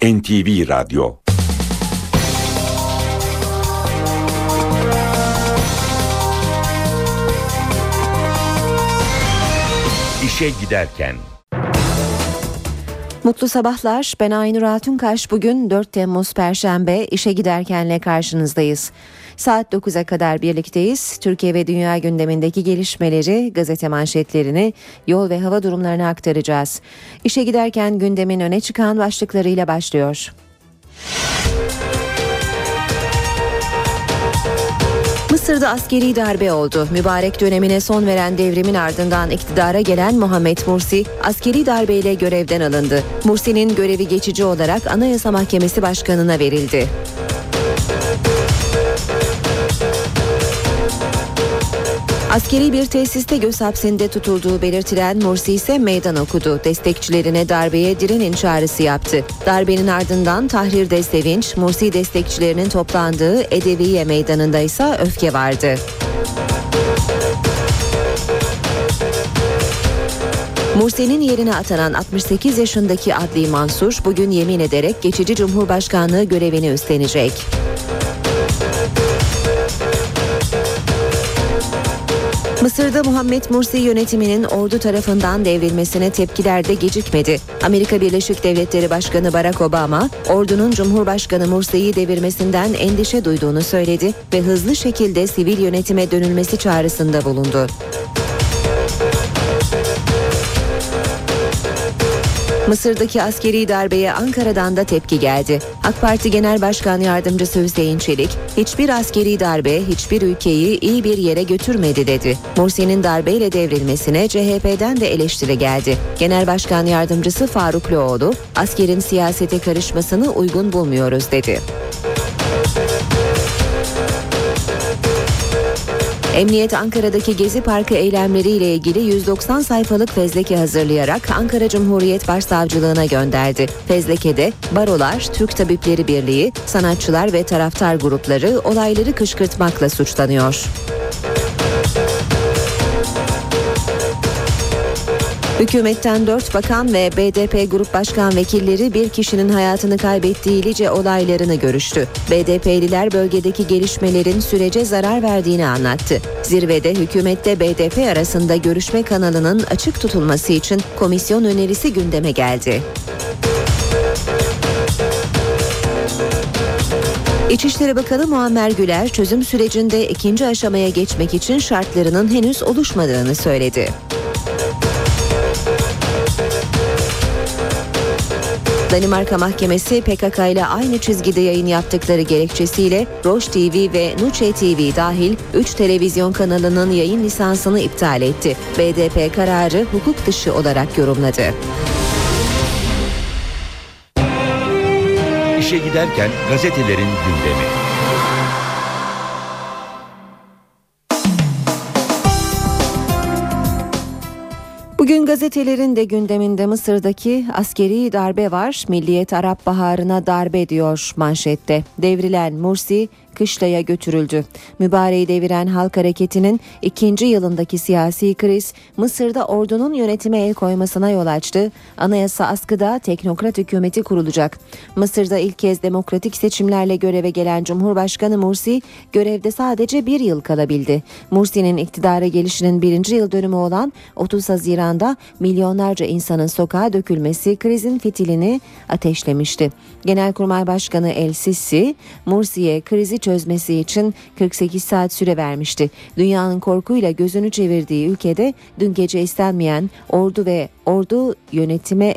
NTV Radyo. İşe giderken. Mutlu sabahlar. Ben Aynur Altunkaş. Bugün 4 Temmuz Perşembe. İşe giderkenle karşınızdayız. Saat 9'a kadar birlikteyiz. Türkiye ve dünya gündemindeki gelişmeleri, gazete manşetlerini, yol ve hava durumlarını aktaracağız. İşe giderken gündemin öne çıkan başlıklarıyla başlıyor. Mısır'da askeri darbe oldu. Mübarek dönemine son veren devrimin ardından iktidara gelen Muhammed Mursi askeri darbeyle görevden alındı. Mursi'nin görevi geçici olarak Anayasa Mahkemesi Başkanı'na verildi. Askeri bir tesiste göz hapsinde tutulduğu belirtilen Mursi ise meydan okudu. Destekçilerine darbeye direnin çağrısı yaptı. Darbenin ardından Tahrir'de sevinç, Mursi destekçilerinin toplandığı Edeviye Meydanı'nda ise öfke vardı. Mursi'nin yerine atanan 68 yaşındaki Adli Mansur bugün yemin ederek geçici Cumhurbaşkanlığı görevini üstlenecek. Mısır'da Muhammed Mursi yönetiminin ordu tarafından devrilmesine tepkiler de gecikmedi. Amerika Birleşik Devletleri Başkanı Barack Obama, ordunun Cumhurbaşkanı Mursi'yi devirmesinden endişe duyduğunu söyledi ve hızlı şekilde sivil yönetime dönülmesi çağrısında bulundu. Mısır'daki askeri darbeye Ankara'dan da tepki geldi. AK Parti Genel Başkan Yardımcısı Hüseyin Çelik, hiçbir askeri darbe hiçbir ülkeyi iyi bir yere götürmedi dedi. Mursi'nin darbeyle devrilmesine CHP'den de eleştiri geldi. Genel Başkan Yardımcısı Faruk Loğlu, askerin siyasete karışmasını uygun bulmuyoruz dedi. Emniyet Ankara'daki Gezi Parkı eylemleriyle ilgili 190 sayfalık fezleke hazırlayarak Ankara Cumhuriyet Başsavcılığına gönderdi. Fezlekede barolar, Türk Tabipleri Birliği, sanatçılar ve taraftar grupları olayları kışkırtmakla suçlanıyor. Hükümetten 4 bakan ve BDP Grup Başkan Vekilleri bir kişinin hayatını kaybettiği Lice olaylarını görüştü. BDP'liler bölgedeki gelişmelerin sürece zarar verdiğini anlattı. Zirvede hükümette BDP arasında görüşme kanalının açık tutulması için komisyon önerisi gündeme geldi. İçişleri Bakanı Muammer Güler çözüm sürecinde ikinci aşamaya geçmek için şartlarının henüz oluşmadığını söyledi. Danimarka Mahkemesi PKK ile aynı çizgide yayın yaptıkları gerekçesiyle Roş TV ve Nuçe TV dahil 3 televizyon kanalının yayın lisansını iptal etti. BDP kararı hukuk dışı olarak yorumladı. İşe giderken gazetelerin gündemi. Bugün gazetelerin de gündeminde Mısır'daki askeri darbe var. Milliyet Arap Baharı'na darbe diyor manşette. Devrilen Mursi kışlaya götürüldü. Mübareği deviren halk hareketinin 2. yılındaki siyasi kriz Mısır'da ordunun yönetime el koymasına yol açtı. Anayasa askıda, teknokrat hükümeti kurulacak. Mısır'da ilk kez demokratik seçimlerle göreve gelen Cumhurbaşkanı Mursi görevde sadece 1 yıl kalabildi. Mursi'nin iktidara gelişinin 1. yıl dönümü olan 30 Haziran'da milyonlarca insanın sokağa dökülmesi krizin fitilini ateşlemişti. Genelkurmay Başkanı El Sisi, Mursi'ye krizi çözmesi için 48 saat süre vermişti. Dünyanın korkuyla gözünü çevirdiği ülkede dün gece istenmeyen ordu ve ordu yönetime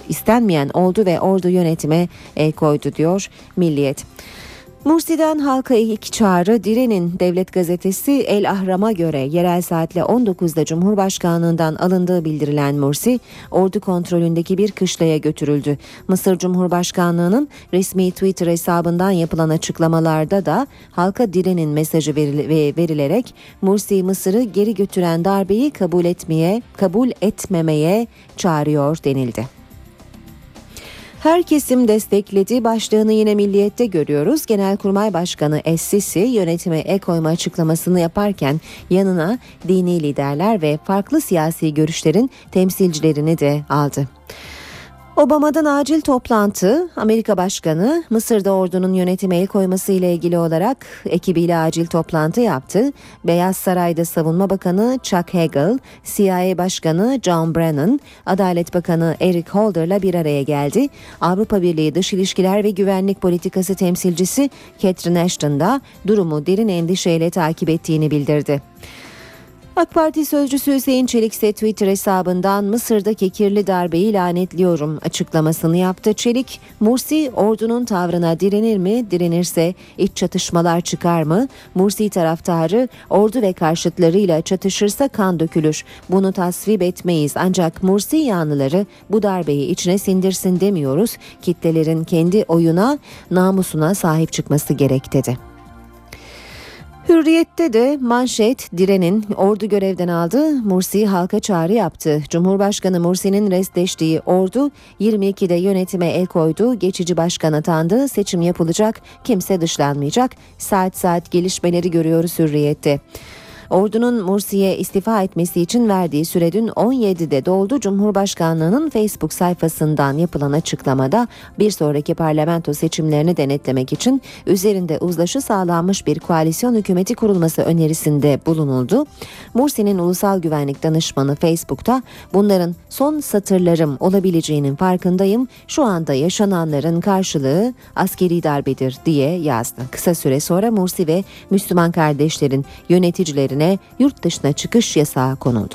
el koydu diyor Milliyet. Mursi'den halka ilk çağrı direnin. Devlet gazetesi El Ahram'a göre yerel saatle 19'da Cumhurbaşkanlığından alındığı bildirilen Mursi, ordu kontrolündeki bir kışlaya götürüldü. Mısır Cumhurbaşkanlığı'nın resmi Twitter hesabından yapılan açıklamalarda da halka direnin mesajı verilerek Mursi Mısır'ı geri götüren darbeyi kabul etmemeye çağırıyor denildi. Her kesim destekledi başlığını yine Milliyet'te görüyoruz. Genelkurmay Başkanı Es-Sisi yönetime el koyma açıklamasını yaparken yanına dini liderler ve farklı siyasi görüşlerin temsilcilerini de aldı. Obama'dan acil toplantı. Amerika Başkanı Mısır'da ordunun yönetime el koyması ile ilgili olarak ekibiyle acil toplantı yaptı. Beyaz Saray'da Savunma Bakanı Chuck Hagel, CIA Başkanı John Brennan, Adalet Bakanı Eric Holder'la bir araya geldi. Avrupa Birliği Dış İlişkiler ve Güvenlik Politikası temsilcisi Catherine Ashton da durumu derin endişeyle takip ettiğini bildirdi. AK Parti sözcüsü Hüseyin Çelik ise Twitter hesabından Mısır'daki kirli darbeyi lanetliyorum açıklamasını yaptı. Çelik, Mursi ordunun tavrına direnir mi? Direnirse iç çatışmalar çıkar mı? Mursi taraftarı ordu ve karşıtlarıyla çatışırsa kan dökülür. Bunu tasvip etmeyiz ancak Mursi yanlıları bu darbeyi içine sindirsin demiyoruz. Kitlelerin kendi oyuna, namusuna sahip çıkması gerek dedi. Hürriyet'te de manşet direnin ordu görevden aldı, Mursi halka çağrı yaptı. Cumhurbaşkanı Mursi'nin restleştiği ordu 22'de yönetime el koydu, geçici başkan atandı, seçim yapılacak, kimse dışlanmayacak. Saat saat gelişmeleri görüyoruz Hürriyet'te. Ordunun Mursi'ye istifa etmesi için verdiği süre dün 17'de doldu. Cumhurbaşkanlığının Facebook sayfasından yapılan açıklamada bir sonraki parlamento seçimlerini denetlemek için üzerinde uzlaşı sağlanmış bir koalisyon hükümeti kurulması önerisinde bulunuldu. Mursi'nin ulusal güvenlik danışmanı Facebook'ta bunların son satırlarım olabileceğinin farkındayım. Şu anda yaşananların karşılığı askeri darbedir diye yazdı. Kısa süre sonra Mursi ve Müslüman kardeşlerin yöneticilerine yurt dışına çıkış yasağı konuldu.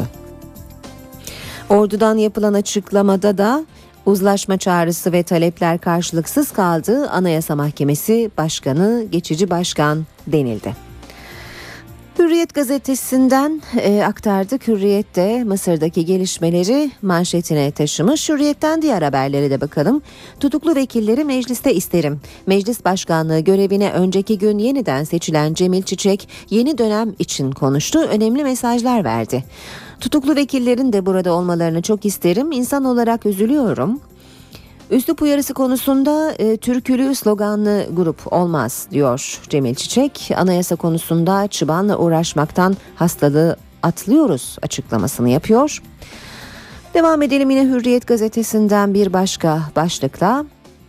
Ordudan yapılan açıklamada da uzlaşma çağrısı ve talepler karşılıksız kaldı. Anayasa Mahkemesi Başkanı geçici başkan denildi. Hürriyet gazetesinden aktardık. Hürriyet de Mısır'daki gelişmeleri manşetine taşımış. Hürriyet'ten diğer haberlere de bakalım. Tutuklu vekilleri mecliste isterim. Meclis başkanlığı görevine önceki gün yeniden seçilen Cemil Çiçek yeni dönem için konuştu. Önemli mesajlar verdi. Tutuklu vekillerin de burada olmalarını çok isterim. İnsan olarak üzülüyorum. Üslup uyarısı konusunda türkülü sloganlı grup olmaz diyor Cemil Çiçek. Anayasa konusunda çıbanla uğraşmaktan hastalığı atlıyoruz açıklamasını yapıyor. Devam edelim yine Hürriyet gazetesinden bir başka başlıkla.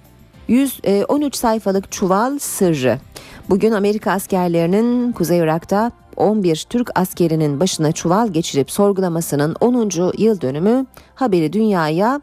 13 sayfalık çuval sırrı. Bugün Amerika askerlerinin Kuzey Irak'ta 11 Türk askerinin başına çuval geçirip sorgulamasının 10. yıl dönümü. Haberi dünyaya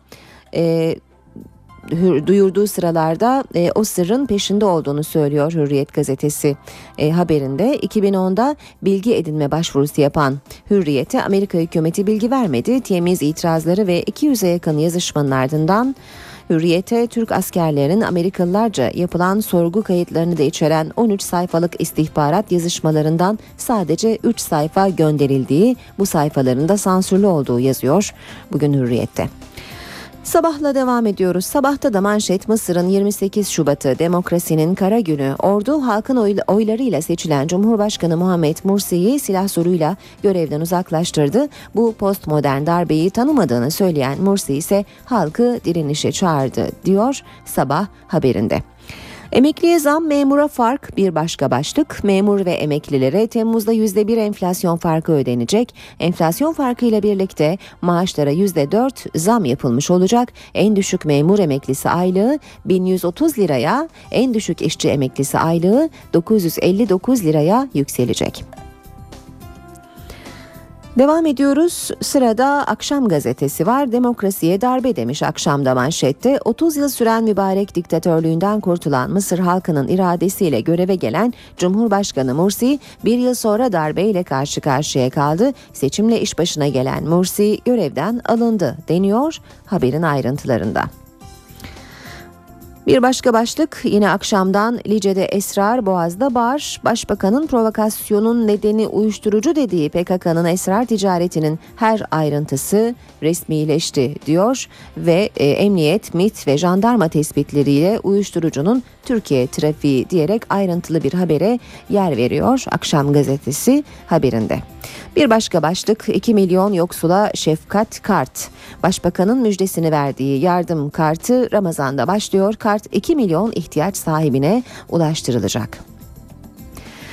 duyurduğu sıralarda o sırrın peşinde olduğunu söylüyor Hürriyet gazetesi haberinde. 2010'da bilgi edinme başvurusu yapan Hürriyet'e Amerika hükümeti bilgi vermedi. Temiz itirazları ve 200'e yakın yazışmanın ardından Hürriyet'e Türk askerlerinin Amerikalılarca yapılan sorgu kayıtlarını da içeren 13 sayfalık istihbarat yazışmalarından sadece 3 sayfa gönderildiği, bu sayfaların da sansürlü olduğu yazıyor bugün Hürriyet'te. Sabahla devam ediyoruz. Sabahta da manşet Mısır'ın 28 Şubat'ı demokrasinin kara günü. Ordu halkın oylarıyla seçilen Cumhurbaşkanı Muhammed Mursi'yi silah zoruyla görevden uzaklaştırdı. Bu postmodern darbeyi tanımadığını söyleyen Mursi ise halkı direnişe çağırdı diyor Sabah haberinde. Emekliye zam, memura fark bir başka başlık. Memur ve emeklilere Temmuz'da %1 enflasyon farkı ödenecek. Enflasyon farkıyla birlikte maaşlara %4 zam yapılmış olacak. En düşük memur emeklisi aylığı 1130 liraya, en düşük işçi emeklisi aylığı 959 liraya yükselecek. Devam ediyoruz. Sırada Akşam gazetesi var. Demokrasiye darbe demiş Akşam'da manşette. 30 yıl süren mübarek diktatörlüğünden kurtulan Mısır halkının iradesiyle göreve gelen Cumhurbaşkanı Mursi bir yıl sonra darbeyle karşı karşıya kaldı. Seçimle iş başına gelen Mursi görevden alındı deniyor haberin ayrıntılarında. Bir başka başlık yine Akşam'dan, Lice'de esrar, Boğaz'da bar. Başbakanın provokasyonun nedeni uyuşturucu dediği PKK'nın esrar ticaretinin her ayrıntısı resmileşti diyor ve emniyet, MİT ve jandarma tespitleriyle uyuşturucunun Türkiye trafiği diyerek ayrıntılı bir habere yer veriyor Akşam gazetesi haberinde. Bir başka başlık 2 milyon yoksula şefkat kart. Başbakanın müjdesini verdiği yardım kartı Ramazan'da başlıyor. Kart 2 milyon ihtiyaç sahibine ulaştırılacak.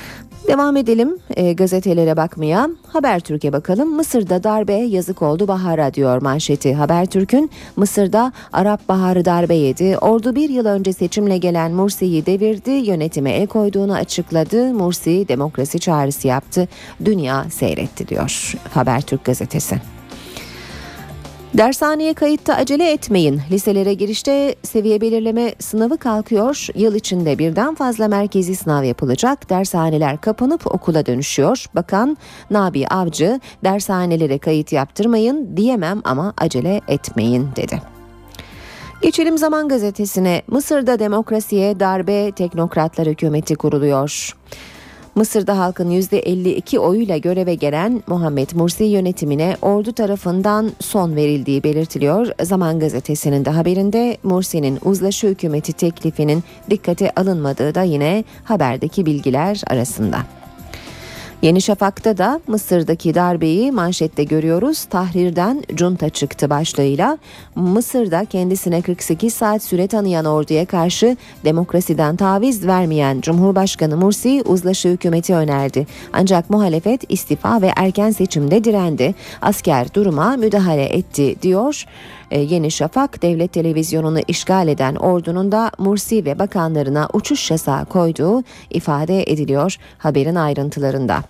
Devam edelim gazetelere bakmaya. Habertürk'e bakalım. Mısır'da darbe, yazık oldu Bahar'a diyor manşeti. Habertürk'ün Mısır'da Arap Baharı darbe yedi. Ordu bir yıl önce seçimle gelen Mursi'yi devirdi. Yönetime el koyduğunu açıkladı. Mursi demokrasi çağrısı yaptı. Dünya seyretti diyor Habertürk gazetesi. Dershaneye kayıtta acele etmeyin. Liselere girişte seviye belirleme sınavı kalkıyor. Yıl içinde birden fazla merkezi sınav yapılacak. Dershaneler kapanıp okula dönüşüyor. Bakan Nabi Avcı, dershanelere kayıt yaptırmayın diyemem ama acele etmeyin dedi. Geçelim Zaman Gazetesi'ne. Mısır'da demokrasiye darbe, teknokratlar hükümeti kuruluyor. Mısır'da halkın %52 oyuyla göreve gelen Muhammed Mursi yönetimine ordu tarafından son verildiği belirtiliyor. Zaman Gazetesi'nin de haberinde Mursi'nin uzlaşı hükümeti teklifinin dikkate alınmadığı da yine haberdeki bilgiler arasında. Yeni Şafak'ta da Mısır'daki darbeyi manşette görüyoruz. Tahrir'den junta çıktı başlığıyla. Mısır'da kendisine 48 saat süre tanıyan orduya karşı demokrasiden taviz vermeyen Cumhurbaşkanı Mursi uzlaşı hükümeti önerdi. Ancak muhalefet istifa ve erken seçimde direndi. Asker duruma müdahale etti diyor. Yeni Şafak, devlet televizyonunu işgal eden ordunun da Mursi ve bakanlarına uçuş yasağı koyduğu ifade ediliyor haberin ayrıntılarında.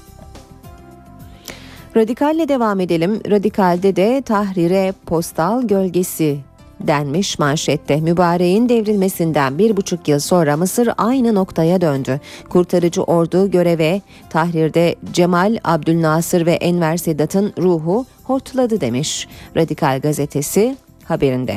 Radikal'le devam edelim. Radikal'de de Tahrir'e postal gölgesi denmiş manşette. Mübareğin devrilmesinden 1,5 yıl sonra Mısır aynı noktaya döndü. Kurtarıcı ordu göreve, Tahrir'de Cemal Abdülnasır ve Enver Sedat'ın ruhu hortladı demiş Radikal gazetesi haberinde.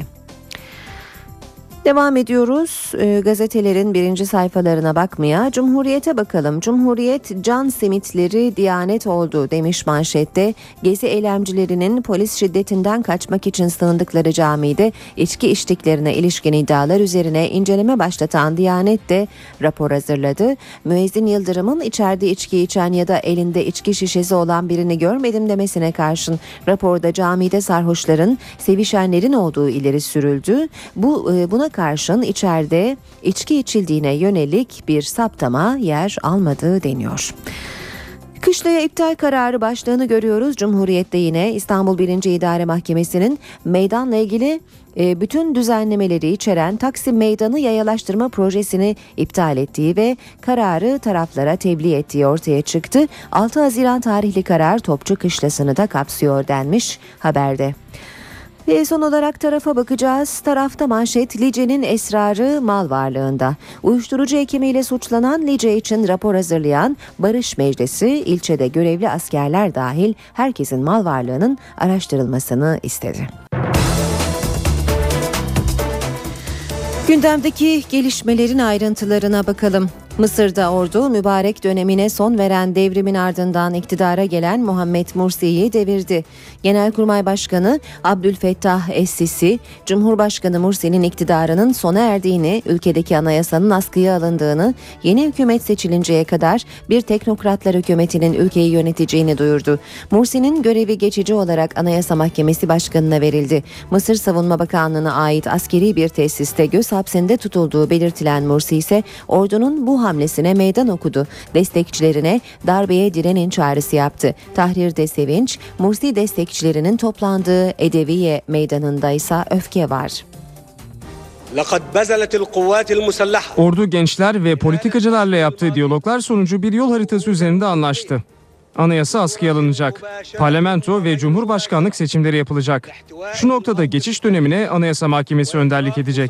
Devam ediyoruz gazetelerin birinci sayfalarına bakmaya. Cumhuriyet'e bakalım. Cumhuriyet can simitleri Diyanet oldu demiş manşette. Gezi eylemcilerinin polis şiddetinden kaçmak için sığındıkları camide içki içtiklerine ilişkin iddialar üzerine inceleme başlatan Diyanet de rapor hazırladı. Müezzin Yıldırım'ın içeride içki içen ya da elinde içki şişesi olan birini görmedim demesine karşın raporda camide sarhoşların, sevişenlerin olduğu ileri sürüldü. Buna karşın içeride içki içildiğine yönelik bir saptama yer almadığı deniyor. Kışlaya iptal kararı başlığını görüyoruz. Cumhuriyet'te yine İstanbul 1. İdare Mahkemesi'nin meydanla ilgili bütün düzenlemeleri içeren Taksim Meydanı yayalaştırma projesini iptal ettiği ve kararı taraflara tebliğ ettiği ortaya çıktı. 6 Haziran tarihli karar Topçu Kışlası'nı da kapsıyor denmiş haberde. Ve son olarak tarafa bakacağız. Tarafta manşet Lice'nin esrarı mal varlığında. Uyuşturucu ekimiyle suçlanan Lice için rapor hazırlayan Barış Meclisi ilçede görevli askerler dahil herkesin mal varlığının araştırılmasını istedi. Gündemdeki gelişmelerin ayrıntılarına bakalım. Mısır'da ordu mübarek dönemine son veren devrimin ardından iktidara gelen Muhammed Mursi'yi devirdi. Genelkurmay Başkanı Abdülfettah Es-Sisi, Cumhurbaşkanı Mursi'nin iktidarının sona erdiğini, ülkedeki anayasanın askıya alındığını, yeni hükümet seçilinceye kadar bir teknokratlar hükümetinin ülkeyi yöneteceğini duyurdu. Mursi'nin görevi geçici olarak Anayasa Mahkemesi Başkanı'na verildi. Mısır Savunma Bakanlığı'na ait askeri bir tesiste göz hapsinde tutulduğu belirtilen Mursi ise ordunun bu hamlesine meydan okudu. Destekçilerine darbeye direnin çağrısı yaptı. Tahrir'de sevinç, Mursi destekçilerinin toplandığı Edeviye Meydanı'nda ise öfke var. Ordu gençler ve politikacılarla yaptığı diyaloglar sonucu bir yol haritası üzerinde anlaştı. Anayasa askıya alınacak. Parlamento ve Cumhurbaşkanlık seçimleri yapılacak. Şu noktada geçiş dönemine Anayasa Mahkemesi önderlik edecek.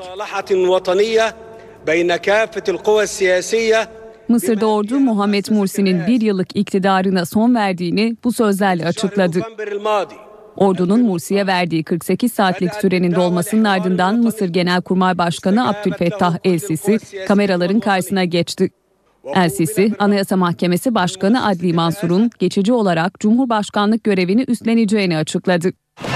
Mısır'da ordu Muhammed Mursi'nin bir yıllık iktidarına son verdiğini bu sözlerle açıkladı. Ordunun Mursi'ye verdiği 48 saatlik sürenin dolmasının ardından Mısır Genelkurmay Başkanı Abdülfettah El-Sisi kameraların karşısına geçti. El-Sisi, Anayasa Mahkemesi Başkanı Adli Mansur'un geçici olarak Cumhurbaşkanlık görevini üstleneceğini açıkladı.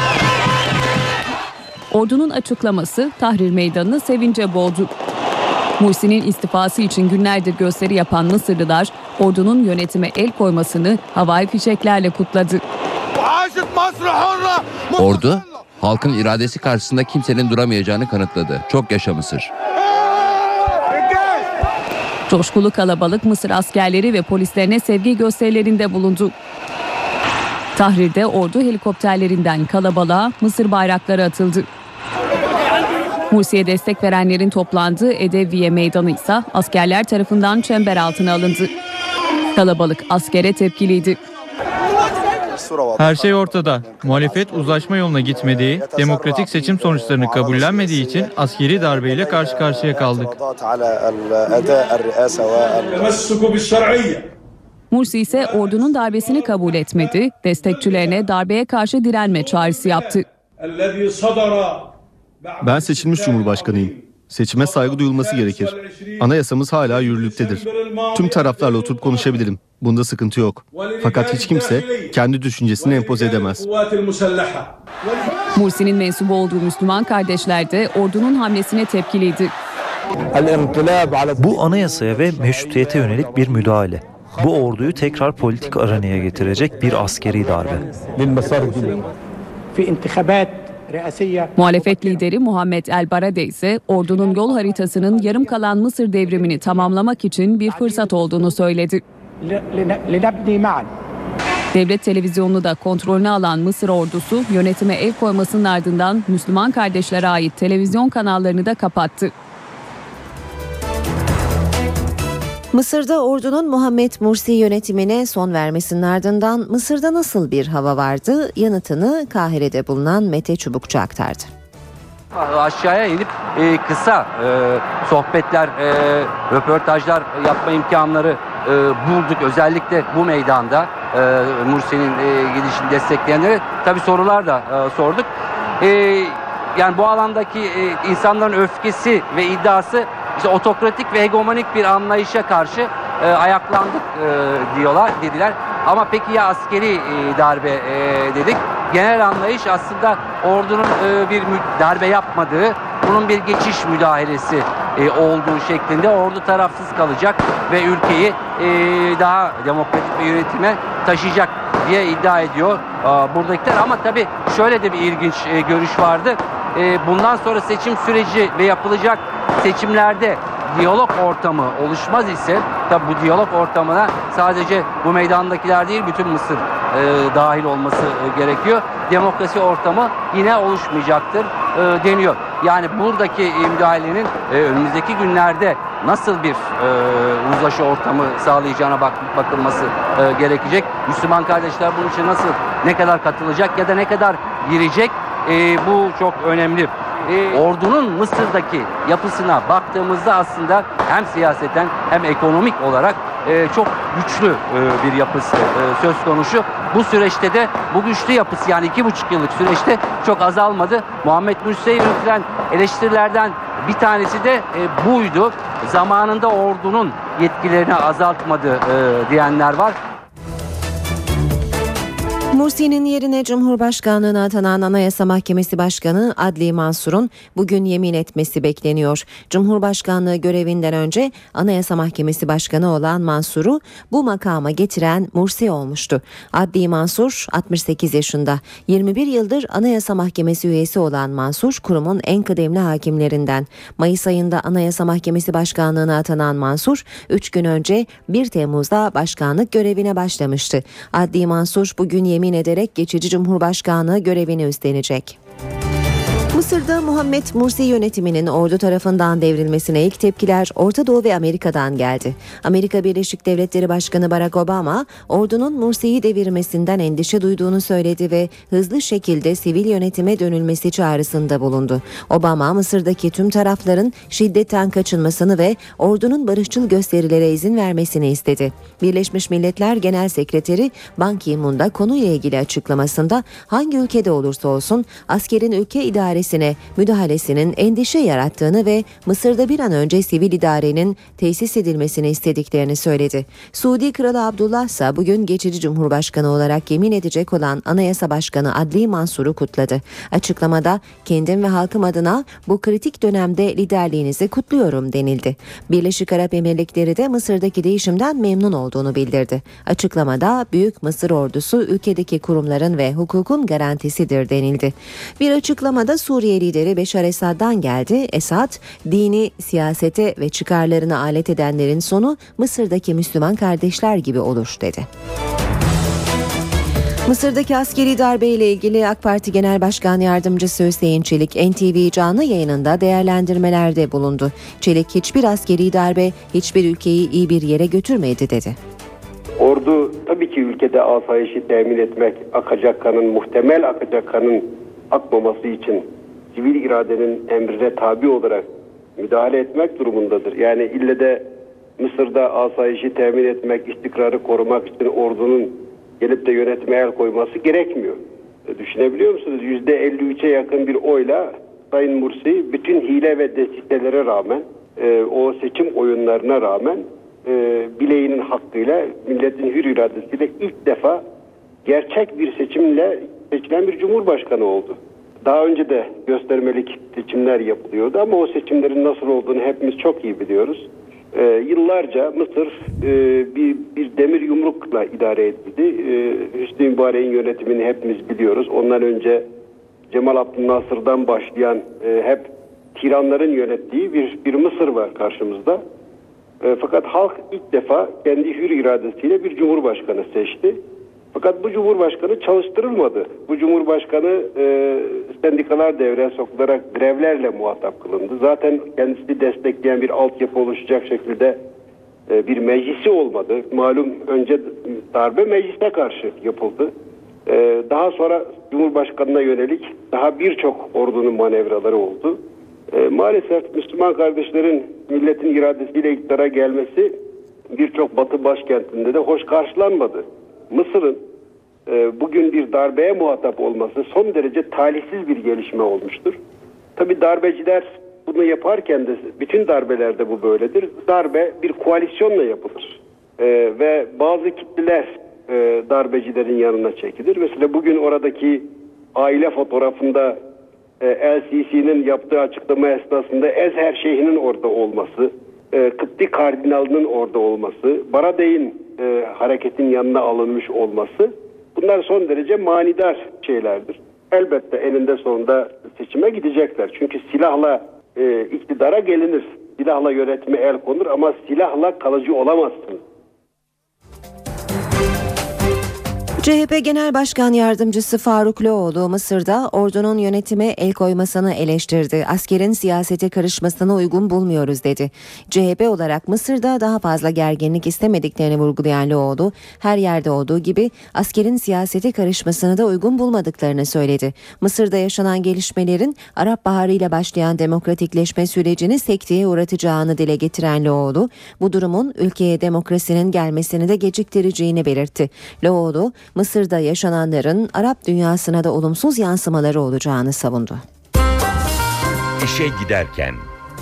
Ordunun açıklaması Tahrir Meydanı'nı sevince boğdu. Mursi'nin istifası için günlerdir gösteri yapan Mısırlılar ordunun yönetime el koymasını havai fişeklerle kutladı. Ordu, halkın iradesi karşısında kimsenin duramayacağını kanıtladı. Çok yaşa Mısır. Coşkulu kalabalık Mısır askerleri ve polislerine sevgi gösterilerinde bulundu. Tahrir'de ordu helikopterlerinden kalabalığa Mısır bayrakları atıldı. Mursi'ye destek verenlerin toplandığı Edeviye Meydanı ise askerler tarafından çember altına alındı. Kalabalık askere tepkiliydi. Her şey ortada. Muhalefet uzlaşma yoluna gitmediği, demokratik seçim sonuçlarını kabullenmediği için askeri darbeyle karşı karşıya kaldık. Mursi ise ordunun darbesini kabul etmedi, destekçilerine darbeye karşı direnme çağrısı yaptı. Ben seçilmiş Cumhurbaşkanıyım. Seçime saygı duyulması gerekir. Anayasamız hala yürürlüktedir. Tüm taraflarla oturup konuşabilirim. Bunda sıkıntı yok. Fakat hiç kimse kendi düşüncesini empoze edemez. Mursi'nin mensubu olduğu Müslüman kardeşler de ordunun hamlesine tepkiliydi. Bu anayasaya ve meşrutiyete yönelik bir müdahale. Bu orduyu tekrar politik arenaya getirecek bir askeri darbe. Muhalefet lideri Muhammed El Barade ise ordunun yol haritasının yarım kalan Mısır devrimini tamamlamak için bir fırsat olduğunu söyledi. Devlet televizyonunu da kontrolüne alan Mısır ordusu yönetime el koymasının ardından Müslüman kardeşlere ait televizyon kanallarını da kapattı. Mısır'da ordunun Muhammed Mursi yönetimine son vermesinin ardından Mısır'da nasıl bir hava vardı? Yanıtını Kahire'de bulunan Mete Çubukçu aktardı. Aşağıya inip kısa sohbetler, röportajlar yapma imkanları bulduk. Özellikle bu meydanda Mursi'nin gidişini destekleyenlere tabii sorular da sorduk. Yani bu alandaki insanların öfkesi ve iddiası işte otokratik ve hegemonik bir anlayışa karşı ayaklandık dediler. Ama peki ya askeri darbe dedik. Genel anlayış aslında ordunun bir darbe yapmadığı, bunun bir geçiş müdahalesi olduğu şeklinde, ordu tarafsız kalacak ve ülkeyi daha demokratik bir yönetime taşıyacak diye iddia ediyor buradakiler. Ama tabii şöyle de bir ilginç görüş vardı. Bundan sonra seçim süreci ve yapılacak seçimlerde diyalog ortamı oluşmaz ise tabii bu diyalog ortamına sadece bu meydandakiler değil bütün Mısır dahil olması gerekiyor. Demokrasi ortamı yine oluşmayacaktır deniyor. Yani buradaki müdahalenin önümüzdeki günlerde nasıl bir uzlaşı ortamı sağlayacağına bakılması gerekecek. Müslüman kardeşler bunun için nasıl, ne kadar katılacak ya da ne kadar girecek, bu çok önemli. Ordunun Mısır'daki yapısına baktığımızda aslında hem siyaseten hem ekonomik olarak çok güçlü bir yapısı söz konusu. Bu süreçte de bu güçlü yapısı, yani 2,5 yıllık süreçte çok azalmadı. Muhammed Mursi'ye yürütülen eleştirilerden bir tanesi de buydu. Zamanında ordunun yetkilerini azaltmadı diyenler var. Mursi'nin yerine Cumhurbaşkanlığına atanan Anayasa Mahkemesi Başkanı Adli Mansur'un bugün yemin etmesi bekleniyor. Cumhurbaşkanlığı görevinden önce Anayasa Mahkemesi Başkanı olan Mansur'u bu makama getiren Mursi olmuştu. Adli Mansur 68 yaşında. 21 yıldır Anayasa Mahkemesi üyesi olan Mansur, kurumun en kıdemli hakimlerinden. Mayıs ayında Anayasa Mahkemesi Başkanlığına atanan Mansur, 3 gün önce 1 Temmuz'da başkanlık görevine başlamıştı. Adli Mansur bugün yemin ederek geçici Cumhurbaşkanlığı görevini üstlenecek. Mısır'da Muhammed Mursi yönetiminin ordu tarafından devrilmesine ilk tepkiler Orta Doğu ve Amerika'dan geldi. Amerika Birleşik Devletleri Başkanı Barack Obama, ordunun Mursi'yi devirmesinden endişe duyduğunu söyledi ve hızlı şekilde sivil yönetime dönülmesi çağrısında bulundu. Obama, Mısır'daki tüm tarafların şiddetten kaçınmasını ve ordunun barışçıl gösterilere izin vermesini istedi. Birleşmiş Milletler Genel Sekreteri Ban Ki-moon da konuyla ilgili açıklamasında hangi ülkede olursa olsun askerin ülke idaresine müdahalesinin endişe yarattığını ve Mısır'da bir an önce sivil idarenin tesis edilmesini istediklerini söyledi. Suudi Kralı Abdullah ise bugün geçici Cumhurbaşkanı olarak yemin edecek olan Anayasa Başkanı Adli Mansur'u kutladı. Açıklamada kendim ve halkım adına bu kritik dönemde liderliğinizi kutluyorum denildi. Birleşik Arap Emirlikleri de Mısır'daki değişimden memnun olduğunu bildirdi. Açıklamada Büyük Mısır ordusu ülkedeki kurumların ve hukukun garantisidir denildi. Bir açıklamada Suriye Suriye lideri Beşar Esad'dan geldi. Esad, dini siyasete ve çıkarlarına alet edenlerin sonu Mısır'daki Müslüman kardeşler gibi olur dedi. Mısır'daki askeri darbe ile ilgili AK Parti Genel Başkan Yardımcısı Hüseyin Çelik, NTV canlı yayınında değerlendirmelerde bulundu. Çelik, hiçbir askeri darbe hiçbir ülkeyi iyi bir yere götürmedi dedi. Ordu tabii ki ülkede asayişi temin etmek, muhtemel akacak kanın akmaması için sivil iradenin emrine tabi olarak müdahale etmek durumundadır. Yani ille de Mısır'da asayişi temin etmek, istikrarı korumak için ordunun gelip de yönetime el koyması gerekmiyor. Düşünebiliyor musunuz? %53'e yakın bir oyla Sayın Mursi bütün hile ve desiselere rağmen, o seçim oyunlarına rağmen bileğinin hakkıyla, milletin hür iradesiyle ilk defa gerçek bir seçimle seçilen bir cumhurbaşkanı oldu. Daha önce de göstermelik seçimler yapılıyordu ama o seçimlerin nasıl olduğunu hepimiz çok iyi biliyoruz. Yıllarca Mısır bir demir yumrukla idare edildi. Hüsnü Mübarek'in yönetimini hepimiz biliyoruz. Ondan önce Cemal Abdülnasır'dan başlayan hep tiranların yönettiği bir Mısır var karşımızda. Fakat halk ilk defa kendi hür iradesiyle bir cumhurbaşkanı seçti. Fakat bu cumhurbaşkanı çalıştırılmadı. Bu cumhurbaşkanı sendikalar devreye sokularak grevlerle muhatap kılındı. Zaten kendisini destekleyen bir altyapı oluşacak şekilde bir meclisi olmadı. Malum önce darbe meclise karşı yapıldı. Daha sonra cumhurbaşkanına yönelik daha birçok ordunun manevraları oldu. Maalesef Müslüman kardeşlerin milletin iradesiyle iktidara gelmesi birçok batı başkentinde de hoş karşılanmadı. Mısır'ın bugün bir darbeye muhatap olması son derece talihsiz bir gelişme olmuştur. Tabii darbeciler bunu yaparken de bütün darbelerde bu böyledir. Darbe bir koalisyonla yapılır. Ve bazı kitleler darbecilerin yanına çekilir. Mesela bugün oradaki aile fotoğrafında El-Sisi'nin yaptığı açıklama esnasında Ezher Şeyh'inin orada olması, Kıpti Kardinal'ının orada olması, Baradey'in hareketin yanına alınmış olması, bunlar son derece manidar şeylerdir. Elbette eninde sonunda seçime gidecekler. Çünkü silahla iktidara gelinir. Silahla yönetime el konur ama silahla kalıcı olamazsın. CHP Genel Başkan Yardımcısı Faruk Loğlu, Mısır'da ordunun yönetime el koymasını eleştirdi. Askerin siyasete karışmasını uygun bulmuyoruz dedi. CHP olarak Mısır'da daha fazla gerginlik istemediklerini vurgulayan Loğlu, her yerde olduğu gibi askerin siyasete karışmasını da uygun bulmadıklarını söyledi. Mısır'da yaşanan gelişmelerin Arap Baharı ile başlayan demokratikleşme sürecini sekteye uğratacağını dile getiren Loğlu, bu durumun ülkeye demokrasinin gelmesini de geciktireceğini belirtti. Loğlu, Mısır'da yaşananların Arap dünyasına da olumsuz yansımaları olacağını savundu. İşe giderken.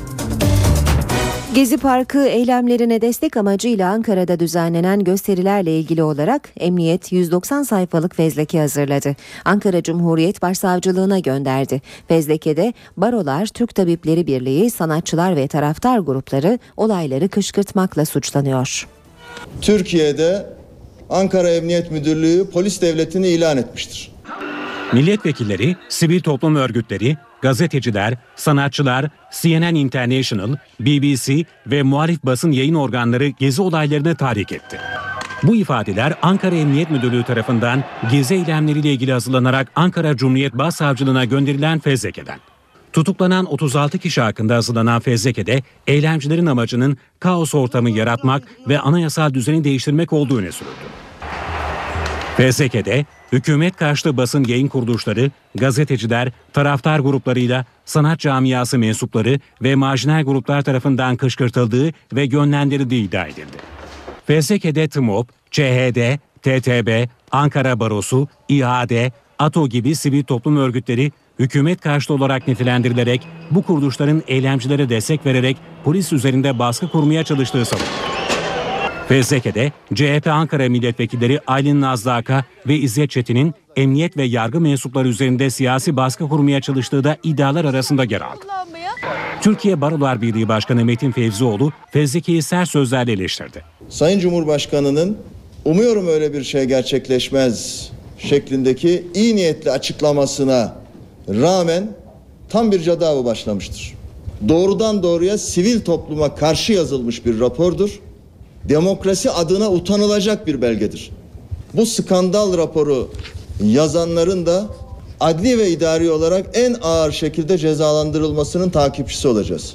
Gezi Parkı eylemlerine destek amacıyla Ankara'da düzenlenen gösterilerle ilgili olarak Emniyet 190 sayfalık fezleke hazırladı. Ankara Cumhuriyet Başsavcılığına gönderdi. Fezlekede barolar, Türk Tabipleri Birliği, sanatçılar ve taraftar grupları olayları kışkırtmakla suçlanıyor. Türkiye'de Ankara Emniyet Müdürlüğü polis devletini ilan etmiştir. Milletvekilleri, sivil toplum örgütleri, gazeteciler, sanatçılar, CNN International, BBC ve muhalif basın yayın organları gezi olaylarını tahrik etti. Bu ifadeler Ankara Emniyet Müdürlüğü tarafından gezi eylemleriyle ilgili hazırlanarak Ankara Cumhuriyet Başsavcılığına gönderilen fezlekeden. Tutuklanan 36 kişi hakkında hazırlanan fezlekede eylemcilerin amacının kaos ortamı yaratmak ve anayasal düzeni değiştirmek olduğu öne sürüldü. Fezlekede hükümet karşıtı basın yayın kuruluşları, gazeteciler, taraftar gruplarıyla sanat camiası mensupları ve marjinal gruplar tarafından kışkırtıldığı ve yönlendirildiği iddia edildi. Fezlekede TMOB, CHD, TTB, Ankara Barosu, İHAD, ATO gibi sivil toplum örgütleri hükümet karşıtı olarak nitelendirilerek bu kuruluşların eylemcilere destek vererek polis üzerinde baskı kurmaya çalıştığı savunuldu. Fezleke'de CHP Ankara milletvekilleri Aylin Nazlı Aka ve İzzet Çetin'in emniyet ve yargı mensupları üzerinde siyasi baskı kurmaya çalıştığı da iddialar arasında yer aldı. Türkiye Barolar Birliği Başkanı Metin Fevzioğlu fezlekeyi sert sözlerle eleştirdi. Sayın Cumhurbaşkanı'nın umuyorum öyle bir şey gerçekleşmez şeklindeki iyi niyetli açıklamasına rağmen tam bir cadava başlamıştır. Doğrudan doğruya sivil topluma karşı yazılmış bir rapordur. Demokrasi adına utanılacak bir belgedir. Bu skandal raporu yazanların da adli ve idari olarak en ağır şekilde cezalandırılmasının takipçisi olacağız.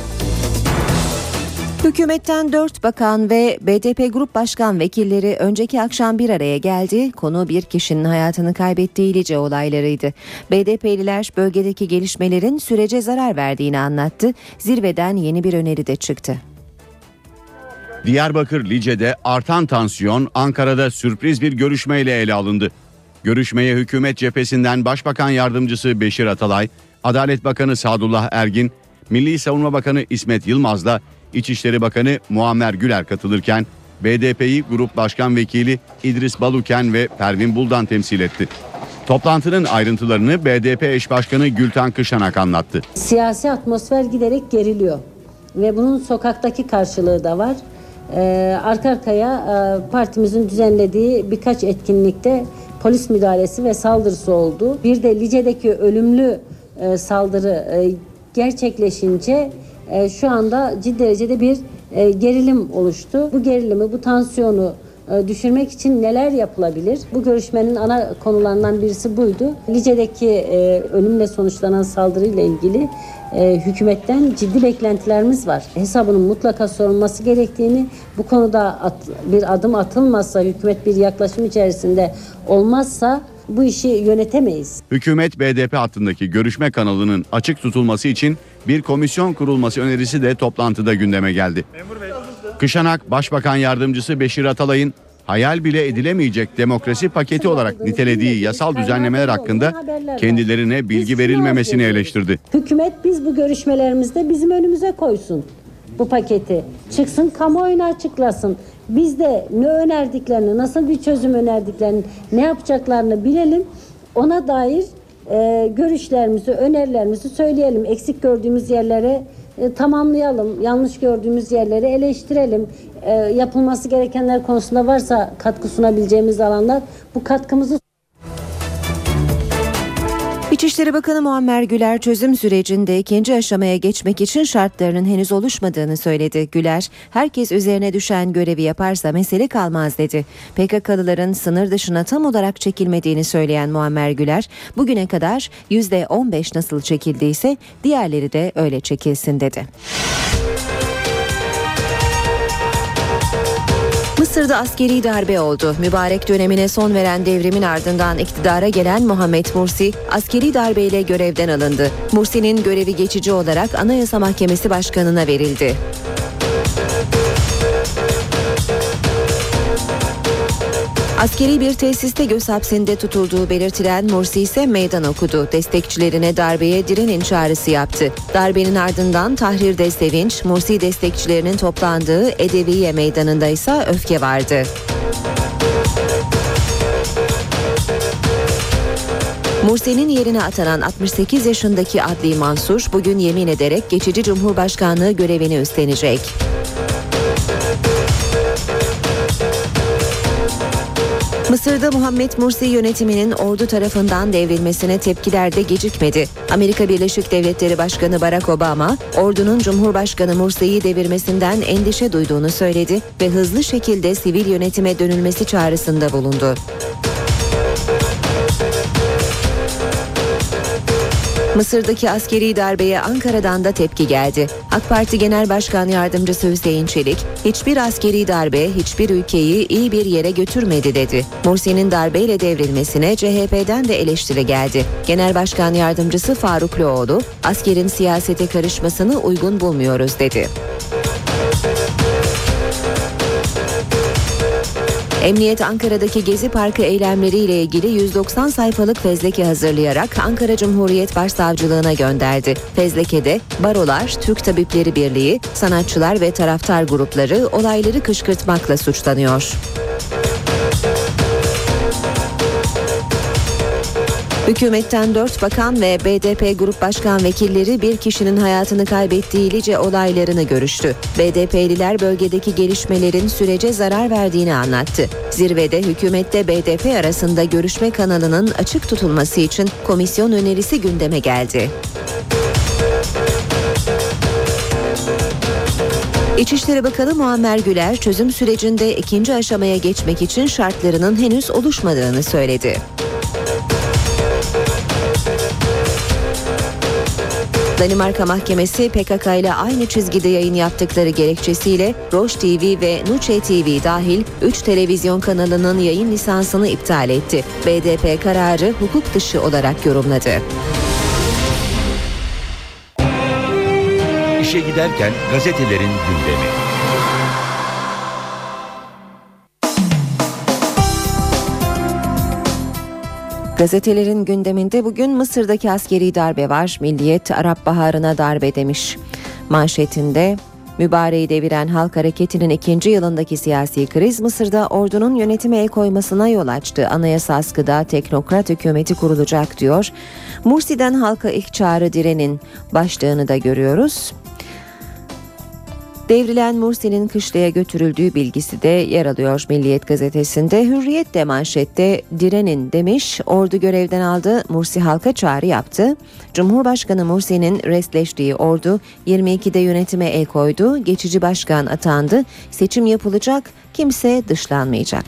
Hükümetten 4 bakan ve BDP Grup Başkan Vekilleri önceki akşam bir araya geldi. Konu bir kişinin hayatını kaybettiği Lice olaylarıydı. BDP'liler bölgedeki gelişmelerin sürece zarar verdiğini anlattı. Zirveden yeni bir öneri de çıktı. Diyarbakır Lice'de artan tansiyon Ankara'da sürpriz bir görüşmeyle ele alındı. Görüşmeye hükümet cephesinden Başbakan Yardımcısı Beşir Atalay, Adalet Bakanı Sadullah Ergin, Milli Savunma Bakanı İsmet Yılmaz'la İçişleri Bakanı Muammer Güler katılırken BDP'yi Grup Başkan Vekili İdris Baluken ve Pervin Buldan temsil etti. Toplantının ayrıntılarını BDP eş başkanı Gülten Kışanak anlattı. Siyasi atmosfer giderek geriliyor ve bunun sokaktaki karşılığı da var. Arka arkaya partimizin düzenlediği birkaç etkinlikte polis müdahalesi ve saldırısı oldu. Bir de Lice'deki ölümlü saldırı gerçekleşince şu anda ciddi derecede bir gerilim oluştu. Bu gerilimi, bu tansiyonu düşürmek için neler yapılabilir? Bu görüşmenin ana konularından birisi buydu. Lice'deki ölümle sonuçlanan saldırıyla ilgili hükümetten ciddi beklentilerimiz var. Hesabının mutlaka sorulması gerektiğini, bu konuda bir adım atılmazsa, hükümet bir yaklaşım içerisinde olmazsa bu işi yönetemeyiz. Hükümet BDP hattındaki görüşme kanalının açık tutulması için bir komisyon kurulması önerisi de toplantıda gündeme geldi. Kışanak, Başbakan Yardımcısı Beşir Atalay'ın hayal bile edilemeyecek demokrasi paketi olarak nitelediği yasal düzenlemeler hakkında kendilerine bilgi verilmemesini eleştirdi. Hükümet biz bu görüşmelerimizde bizim önümüze koysun bu paketi. Çıksın kamuoyuna açıklasın. Biz de ne önerdiklerini, nasıl bir çözüm önerdiklerini, ne yapacaklarını bilelim. Ona dair görüşlerimizi, önerilerimizi söyleyelim. Eksik gördüğümüz yerlere tamamlayalım. Yanlış gördüğümüz yerleri eleştirelim. Yapılması gerekenler konusunda varsa katkı sunabileceğimiz alanlar, bu katkımızı. İçişleri Bakanı Muammer Güler çözüm sürecinde ikinci aşamaya geçmek için şartlarının henüz oluşmadığını söyledi. Güler, herkes üzerine düşen görevi yaparsa mesele kalmaz dedi. PKK'lıların sınır dışına tam olarak çekilmediğini söyleyen Muammer Güler, bugüne kadar %15 nasıl çekildiyse diğerleri de öyle çekilsin dedi. Mısır'da askeri darbe oldu. Mübarek dönemine son veren devrimin ardından iktidara gelen Muhammed Mursi askeri darbeyle görevden alındı. Mursi'nin görevi geçici olarak Anayasa Mahkemesi Başkanı'na verildi. Askeri bir tesiste göz hapsinde tutulduğu belirtilen Mursi ise meydan okudu. Destekçilerine darbeye direnin çağrısı yaptı. Darbenin ardından Tahrir'de sevinç, Mursi destekçilerinin toplandığı Edeviye Meydanı'nda ise öfke vardı. Mursi'nin yerine atanan 68 yaşındaki Adli Mansur bugün yemin ederek geçici Cumhurbaşkanlığı görevini üstlenecek. Mısır'da Muhammed Mursi yönetiminin ordu tarafından devrilmesine tepkiler de gecikmedi. Amerika Birleşik Devletleri Başkanı Barack Obama, ordunun Cumhurbaşkanı Mursi'yi devirmesinden endişe duyduğunu söyledi ve hızlı şekilde sivil yönetime dönülmesi çağrısında bulundu. Mısır'daki askeri darbeye Ankara'dan da tepki geldi. AK Parti Genel Başkan Yardımcısı Hüseyin Çelik, hiçbir askeri darbe hiçbir ülkeyi iyi bir yere götürmedi dedi. Mursi'nin darbeyle devrilmesine CHP'den de eleştiri geldi. Genel Başkan Yardımcısı Faruk Loğlu, askerin siyasete karışmasını uygun bulmuyoruz dedi. Emniyet Ankara'daki Gezi Parkı eylemleriyle ilgili 190 sayfalık fezleke hazırlayarak Ankara Cumhuriyet Başsavcılığına gönderdi. Fezlekede barolar, Türk Tabipleri Birliği, sanatçılar ve taraftar grupları olayları kışkırtmakla suçlanıyor. Hükümetten 4 bakan ve BDP Grup Başkan Vekilleri bir kişinin hayatını kaybettiği Lice olaylarını görüştü. BDP'liler bölgedeki gelişmelerin sürece zarar verdiğini anlattı. Zirvede hükümette BDP arasında görüşme kanalının açık tutulması için komisyon önerisi gündeme geldi. İçişleri Bakanı Muammer Güler çözüm sürecinde ikinci aşamaya geçmek için şartlarının henüz oluşmadığını söyledi. Danimarka Mahkemesi PKK ile aynı çizgide yayın yaptıkları gerekçesiyle Roş TV ve Nuçe TV dahil 3 televizyon kanalının yayın lisansını iptal etti. BDP kararı hukuk dışı olarak yorumladı. İşe giderken gazetelerin gündemi. Gazetelerin gündeminde bugün Mısır'daki askeri darbe var. Milliyet Arap Baharı'na darbe demiş. Manşetinde mübareği deviren halk hareketinin 2. yılındaki siyasi kriz Mısır'da ordunun yönetime el koymasına yol açtı. Anayasa askıda teknokrat hükümeti kurulacak diyor. Mursi'den halka ilk çağrı direnin başlığını da görüyoruz. Devrilen Mursi'nin kışlaya götürüldüğü bilgisi de yer alıyor Milliyet gazetesinde. Hürriyet de manşette direnin demiş, ordu görevden aldı, Mursi halka çağrı yaptı. Cumhurbaşkanı Mursi'nin restleştiği ordu 22'de yönetime el koydu, geçici başkan atandı, seçim yapılacak, kimse dışlanmayacak.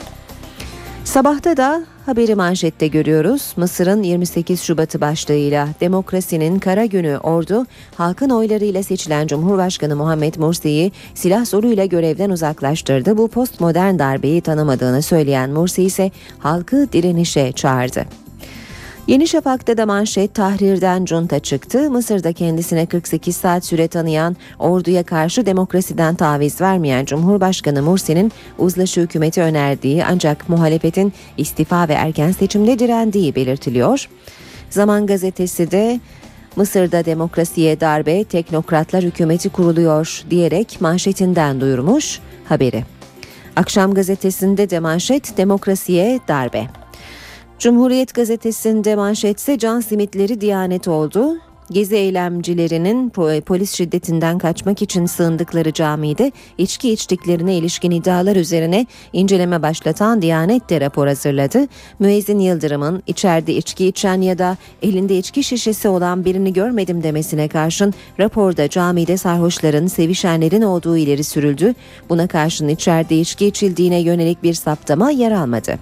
Sabahta da haberi manşette görüyoruz. Mısır'ın 28 Şubat'ı başlığıyla demokrasinin kara günü ordu, halkın oylarıyla seçilen Cumhurbaşkanı Muhammed Mursi'yi silah zoruyla görevden uzaklaştırdı. Bu postmodern darbeyi tanımadığını söyleyen Mursi ise halkı direnişe çağırdı. Yeni Şafak'ta da manşet Tahrir'den junta çıktı. Mısır'da kendisine 48 saat süre tanıyan, orduya karşı demokrasiden taviz vermeyen Cumhurbaşkanı Mursi'nin uzlaşı hükümeti önerdiği ancak muhalefetin istifa ve erken seçimde direndiği belirtiliyor. Zaman gazetesi de Mısır'da demokrasiye darbe, teknokratlar hükümeti kuruluyor diyerek manşetinden duyurmuş haberi. Akşam gazetesinde de manşet demokrasiye darbe. Cumhuriyet gazetesinde manşetse can simitleri Diyanet oldu. Gezi eylemcilerinin polis şiddetinden kaçmak için sığındıkları camide içki içtiklerine ilişkin iddialar üzerine inceleme başlatan Diyanet de rapor hazırladı. Müezzin Yıldırım'ın içeride içki içen ya da elinde içki şişesi olan birini görmedim demesine karşın raporda camide sarhoşların, sevişenlerin olduğu ileri sürüldü. Buna karşın içeride içki içildiğine yönelik bir saptama yer almadı.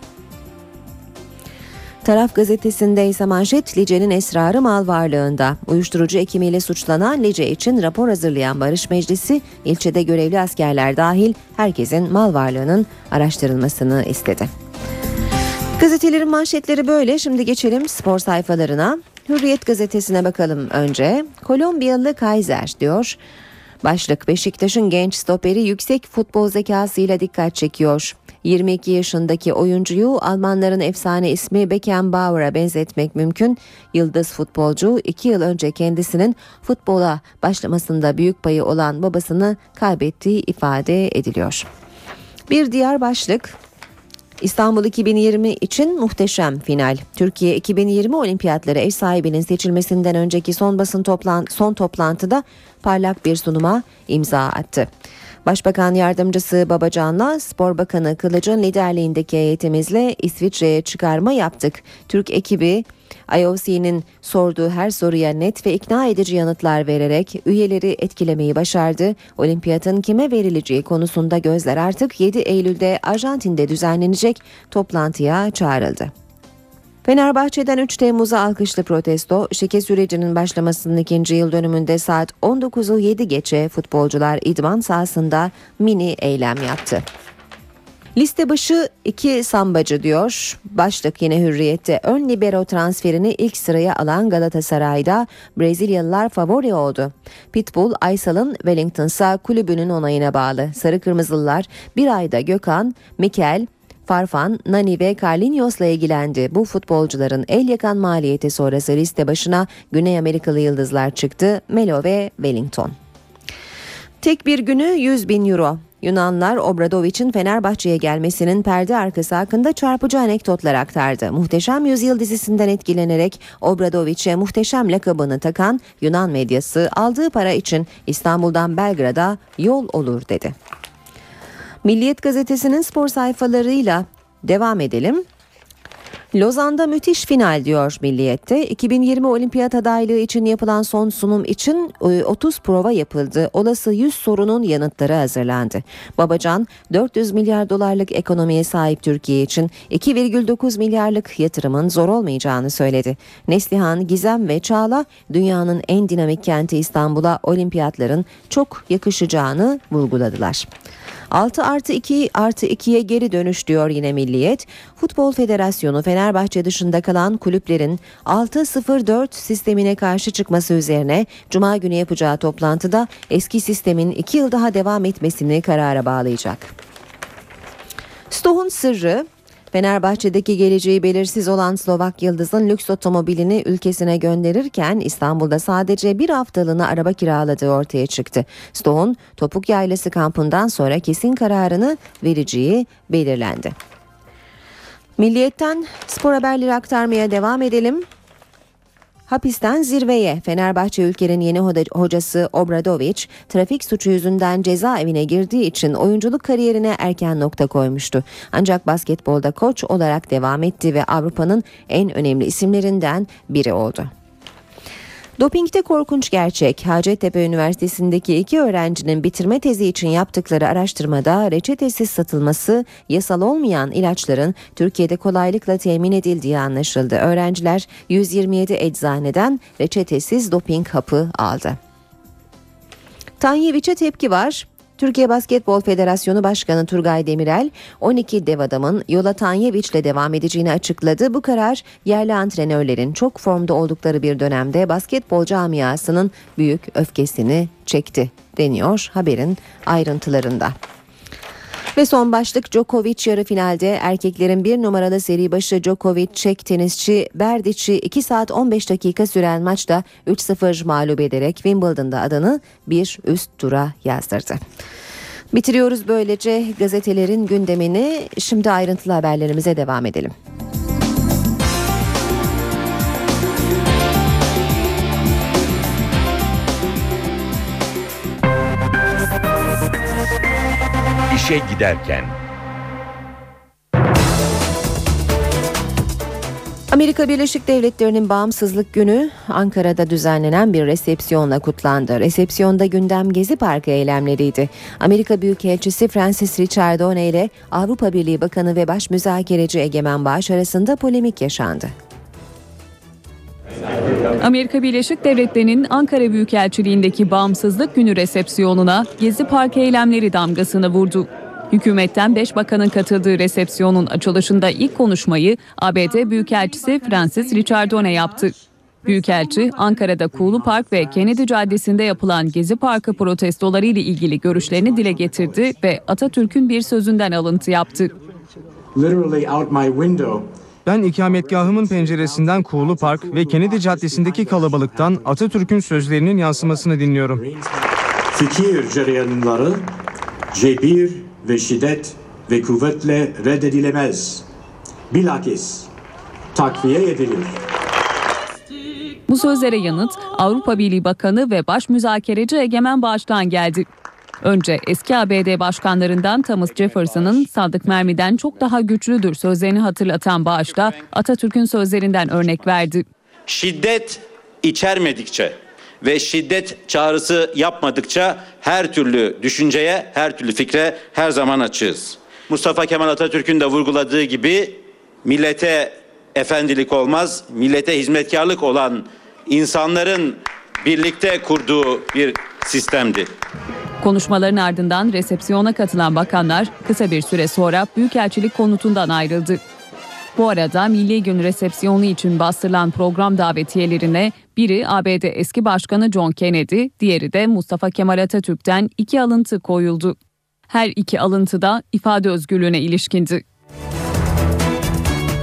Taraf gazetesinde ise manşet Lice'nin esrarı mal varlığında. Uyuşturucu ekimiyle suçlanan Lice için rapor hazırlayan Barış Meclisi, ilçede görevli askerler dahil herkesin mal varlığının araştırılmasını istedi. Gazetelerin manşetleri böyle. Şimdi geçelim spor sayfalarına. Hürriyet gazetesine bakalım önce. Kolombiyalı Kaiser diyor. Başlık Beşiktaş'ın genç stoperi yüksek futbol zekasıyla dikkat çekiyor. 22 yaşındaki oyuncuyu Almanların efsane ismi Beckenbauer'a benzetmek mümkün. Yıldız futbolcu 2 yıl önce kendisinin futbola başlamasında büyük payı olan babasını kaybettiği ifade ediliyor. Bir diğer başlık İstanbul 2020 için muhteşem final. Türkiye 2020 olimpiyatları ev sahibinin seçilmesinden önceki son toplantıda parlak bir sunuma imza attı. Başbakan Yardımcısı Babacan'la Spor Bakanı Kılıç'ın liderliğindeki heyetimizle İsviçre'ye çıkarma yaptık. Türk ekibi IOC'nin sorduğu her soruya net ve ikna edici yanıtlar vererek üyeleri etkilemeyi başardı. Olimpiyatın kime verileceği konusunda gözler artık 7 Eylül'de Arjantin'de düzenlenecek toplantıya çağrıldı. Fenerbahçe'den 3 Temmuz'a alkışlı protesto, şike sürecinin başlamasının 2. yıl dönümünde saat 19'u 7 geçe futbolcular idman sahasında mini eylem yaptı. Liste başı 2 sambacı diyor. Başlık yine Hürriyet'te. Ön libero transferini ilk sıraya alan Galatasaray'da Brezilyalılar favori oldu. Pitbull, Aysal'ın Wellington'sa kulübünün onayına bağlı. Sarı Kırmızılılar bir ayda Gökhan, Mikel, Farfan, Nani ve Carlinhos'la ilgilendi. Bu futbolcuların el yakan maliyeti sonrası liste başına Güney Amerikalı yıldızlar çıktı. Melo ve Wellington. Tek bir günü 100.000 euro. Yunanlar Obradoviç'in Fenerbahçe'ye gelmesinin perde arkası hakkında çarpıcı anekdotlar aktardı. Muhteşem Yüzyıl dizisinden etkilenerek Obradoviç'e muhteşem lakabını takan Yunan medyası aldığı para için İstanbul'dan Belgrad'a yol olur dedi. Milliyet gazetesinin spor sayfalarıyla devam edelim. Lozan'da müthiş final diyor Milliyet'te. 2020 olimpiyat adaylığı için yapılan son sunum için 30 prova yapıldı. Olası 100 sorunun yanıtları hazırlandı. Babacan 400 milyar dolarlık ekonomiye sahip Türkiye için 2,9 milyarlık yatırımın zor olmayacağını söyledi. Neslihan, Gizem ve Çağla dünyanın en dinamik kenti İstanbul'a olimpiyatların çok yakışacağını vurguladılar. 6+2+2'ye geri dönüş diyor yine Milliyet. Futbol Federasyonu Fenerbahçe dışında kalan kulüplerin 6-0-4 sistemine karşı çıkması üzerine Cuma günü yapacağı toplantıda eski sistemin 2 yıl daha devam etmesini karara bağlayacak. Stoh'un sırrı, Fenerbahçe'deki geleceği belirsiz olan Slovak yıldızın lüks otomobilini ülkesine gönderirken İstanbul'da sadece bir haftalığına araba kiraladığı ortaya çıktı. Stoh'un Topuk Yaylası kampından sonra kesin kararını vereceği belirlendi. Milliyet'ten spor haberleri aktarmaya devam edelim. Hapisten zirveye. Fenerbahçe ülkenin yeni hocası Obradoviç, trafik suçu yüzünden cezaevine girdiği için oyunculuk kariyerine erken nokta koymuştu. Ancak basketbolda koç olarak devam etti ve Avrupa'nın en önemli isimlerinden biri oldu. Dopingte korkunç gerçek. Hacettepe Üniversitesi'ndeki 2 öğrencinin bitirme tezi için yaptıkları araştırmada reçetesiz satılması yasal olmayan ilaçların Türkiye'de kolaylıkla temin edildiği anlaşıldı. Öğrenciler 127 eczaneden reçetesiz doping hapı aldı. Tanyeviç'e tepki var. Türkiye Basketbol Federasyonu Başkanı Turgay Demirel 12 dev adamın yola Tanyeviç'le devam edeceğini açıkladı. Bu karar yerli antrenörlerin çok formda oldukları bir dönemde basketbol camiasının büyük öfkesini çekti deniyor haberin ayrıntılarında. Ve son başlık Djokovic yarı finalde erkeklerin 1 numaralı seri başı Djokovic Çek tenisçi Berdic'i 2 saat 15 dakika süren maçta 3-0 mağlup ederek Wimbledon'da adını bir üst tura yazdırdı. Bitiriyoruz böylece gazetelerin gündemini. Şimdi ayrıntılı haberlerimize devam edelim. İşe giderken. Amerika Birleşik Devletleri'nin Bağımsızlık Günü Ankara'da düzenlenen bir resepsiyonla kutlandı. Resepsiyonda gündem Gezi Parkı eylemleriydi. Amerika Büyükelçisi Francis Richardone ile Avrupa Birliği Bakanı ve Baş Müzakereci Egemen Bağış arasında polemik yaşandı. Amerika Birleşik Devletleri'nin Ankara Büyükelçiliğindeki Bağımsızlık Günü resepsiyonuna Gezi Parkı eylemleri damgasını vurdu. Hükümetten 5 bakanın katıldığı resepsiyonun açılışında ilk konuşmayı ABD Büyükelçisi Francis Richardone yaptı. Büyükelçi, Ankara'da Kuğulu Park ve Kennedy Caddesi'nde yapılan Gezi Parkı protestoları ile ilgili görüşlerini dile getirdi ve Atatürk'ün bir sözünden alıntı yaptı. Ben ikametgahımın penceresinden Kuğulu Park ve Kennedy Caddesi'ndeki kalabalıktan Atatürk'ün sözlerinin yansımasını dinliyorum. Fikir cereyanları cebir ve şiddet ve kuvvetle reddedilemez. Bilakis takviye edilir. Bu sözlere yanıt Avrupa Birliği Bakanı ve Baş Müzakereci Egemen Bağış'tan geldi. Önce eski ABD başkanlarından Thomas Jefferson'ın "Sadık mermiden çok daha güçlüdür" sözlerini hatırlatan Bağış da Atatürk'ün sözlerinden örnek verdi. Şiddet içermedikçe ve şiddet çağrısı yapmadıkça her türlü düşünceye, her türlü fikre her zaman açığız. Mustafa Kemal Atatürk'ün de vurguladığı gibi millete efendilik olmaz, millete hizmetkarlık olan insanların birlikte kurduğu bir sistemdi. Konuşmaların ardından resepsiyona katılan bakanlar kısa bir süre sonra Büyükelçilik konutundan ayrıldı. Bu arada Milli Gün resepsiyonu için bastırılan program davetiyelerine biri ABD eski başkanı John Kennedy, diğeri de Mustafa Kemal Atatürk'ten 2 alıntı koyuldu. Her iki alıntı da ifade özgürlüğüne ilişkindi.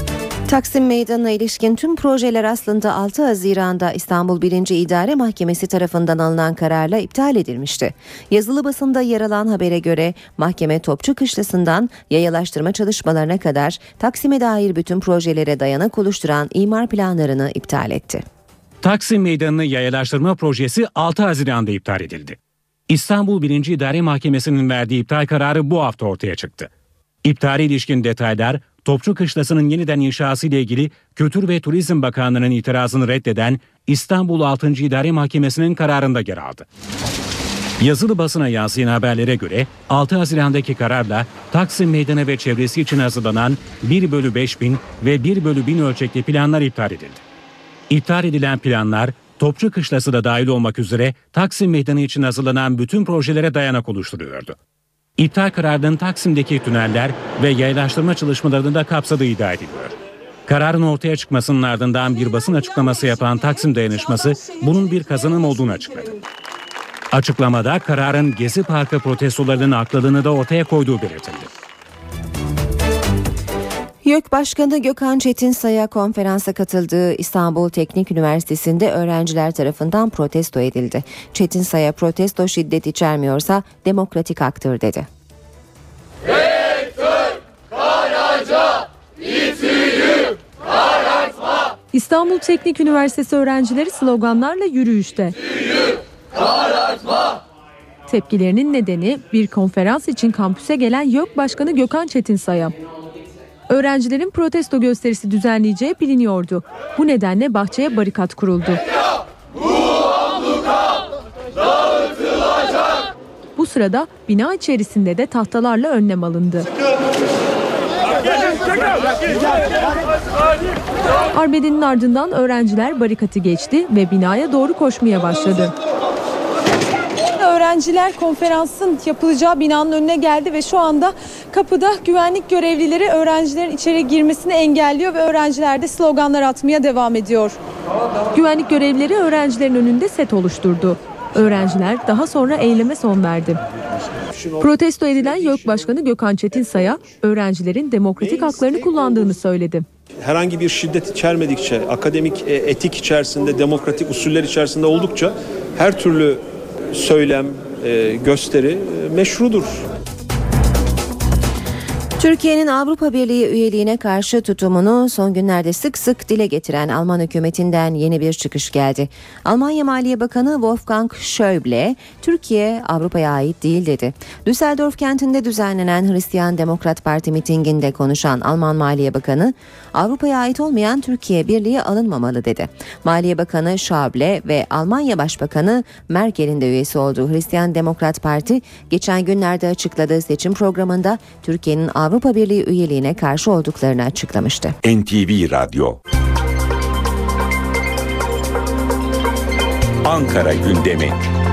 Taksim Meydanı'na ilişkin tüm projeler aslında 6 Haziran'da İstanbul 1. İdare Mahkemesi tarafından alınan kararla iptal edilmişti. Yazılı basında yer alan habere göre mahkeme Topçu Kışlası'ndan yayalaştırma çalışmalarına kadar Taksim'e dair bütün projelere dayanak oluşturan imar planlarını iptal etti. Taksim Meydanı'nı yayalaştırma projesi 6 Haziran'da iptal edildi. İstanbul 1. İdare Mahkemesi'nin verdiği iptal kararı bu hafta ortaya çıktı. İptale ilişkin detaylar Topçu Kışlası'nın yeniden inşası ile ilgili Kültür ve Turizm Bakanlığı'nın itirazını reddeden İstanbul 6. İdare Mahkemesi'nin kararında yer aldı. Yazılı basına yansıyan haberlere göre 6 Haziran'daki kararla Taksim Meydanı ve çevresi için hazırlanan 1/5000 ve 1/1000 ölçekli planlar iptal edildi. İptal edilen planlar Topçu Kışlası da dahil olmak üzere Taksim Meydanı için hazırlanan bütün projelere dayanak oluşturuyordu. İptal kararının Taksim'deki tüneller ve yayalaştırma çalışmalarını da kapsadığı iddia ediliyor. Kararın ortaya çıkmasının ardından bir basın açıklaması yapan Taksim Dayanışması bunun bir kazanım olduğunu açıkladı. Açıklamada kararın Gezi Parkı protestolarının hakladığını da ortaya koyduğu belirtildi. YÖK Başkanı Gökhan Çetinsay'a konferansa katıldığı İstanbul Teknik Üniversitesi'nde öğrenciler tarafından protesto edildi. Çetinsay'a protesto şiddet içermiyorsa demokratik haktır dedi. Rektör Karaca İTÜ'yü karartma. İstanbul Teknik Üniversitesi öğrencileri sloganlarla yürüyüşte. İTÜ'yü karartma. Tepkilerinin nedeni bir konferans için kampüse gelen YÖK Başkanı Gökhan Çetinsay'a. Öğrencilerin protesto gösterisi düzenleyeceği biliniyordu. Bu nedenle bahçeye barikat kuruldu. Bu sırada bina içerisinde de tahtalarla önlem alındı. Arbedenin ardından öğrenciler barikatı geçti ve binaya doğru koşmaya başladı. Öğrenciler konferansın yapılacağı binanın önüne geldi ve şu anda kapıda güvenlik görevlileri öğrencilerin içeri girmesini engelliyor ve öğrenciler de sloganlar atmaya devam ediyor. Güvenlik görevlileri öğrencilerin önünde set oluşturdu. Öğrenciler daha sonra eyleme son verdi. Protesto edilen YÖK Başkanı Gökhan Çetinsay'a öğrencilerin demokratik haklarını kullandığını söyledi. Herhangi bir şiddet içermedikçe, akademik etik içerisinde, demokratik usuller içerisinde oldukça her türlü söylem, gösteri meşrudur. Türkiye'nin Avrupa Birliği üyeliğine karşı tutumunu son günlerde sık sık dile getiren Alman hükümetinden yeni bir çıkış geldi. Almanya Maliye Bakanı Wolfgang Schäuble, Türkiye Avrupa'ya ait değil dedi. Düsseldorf kentinde düzenlenen Hristiyan Demokrat Parti mitinginde konuşan Alman Maliye Bakanı, Avrupa'ya ait olmayan Türkiye birliğe alınmamalı dedi. Maliye Bakanı Schäuble ve Almanya Başbakanı Merkel'in de üyesi olduğu Hristiyan Demokrat Parti, geçen günlerde açıkladığı seçim programında Türkiye'nin Avrupa Birliği üyeliğine karşı olduklarını açıklamıştı. NTV Radyo Ankara gündemi.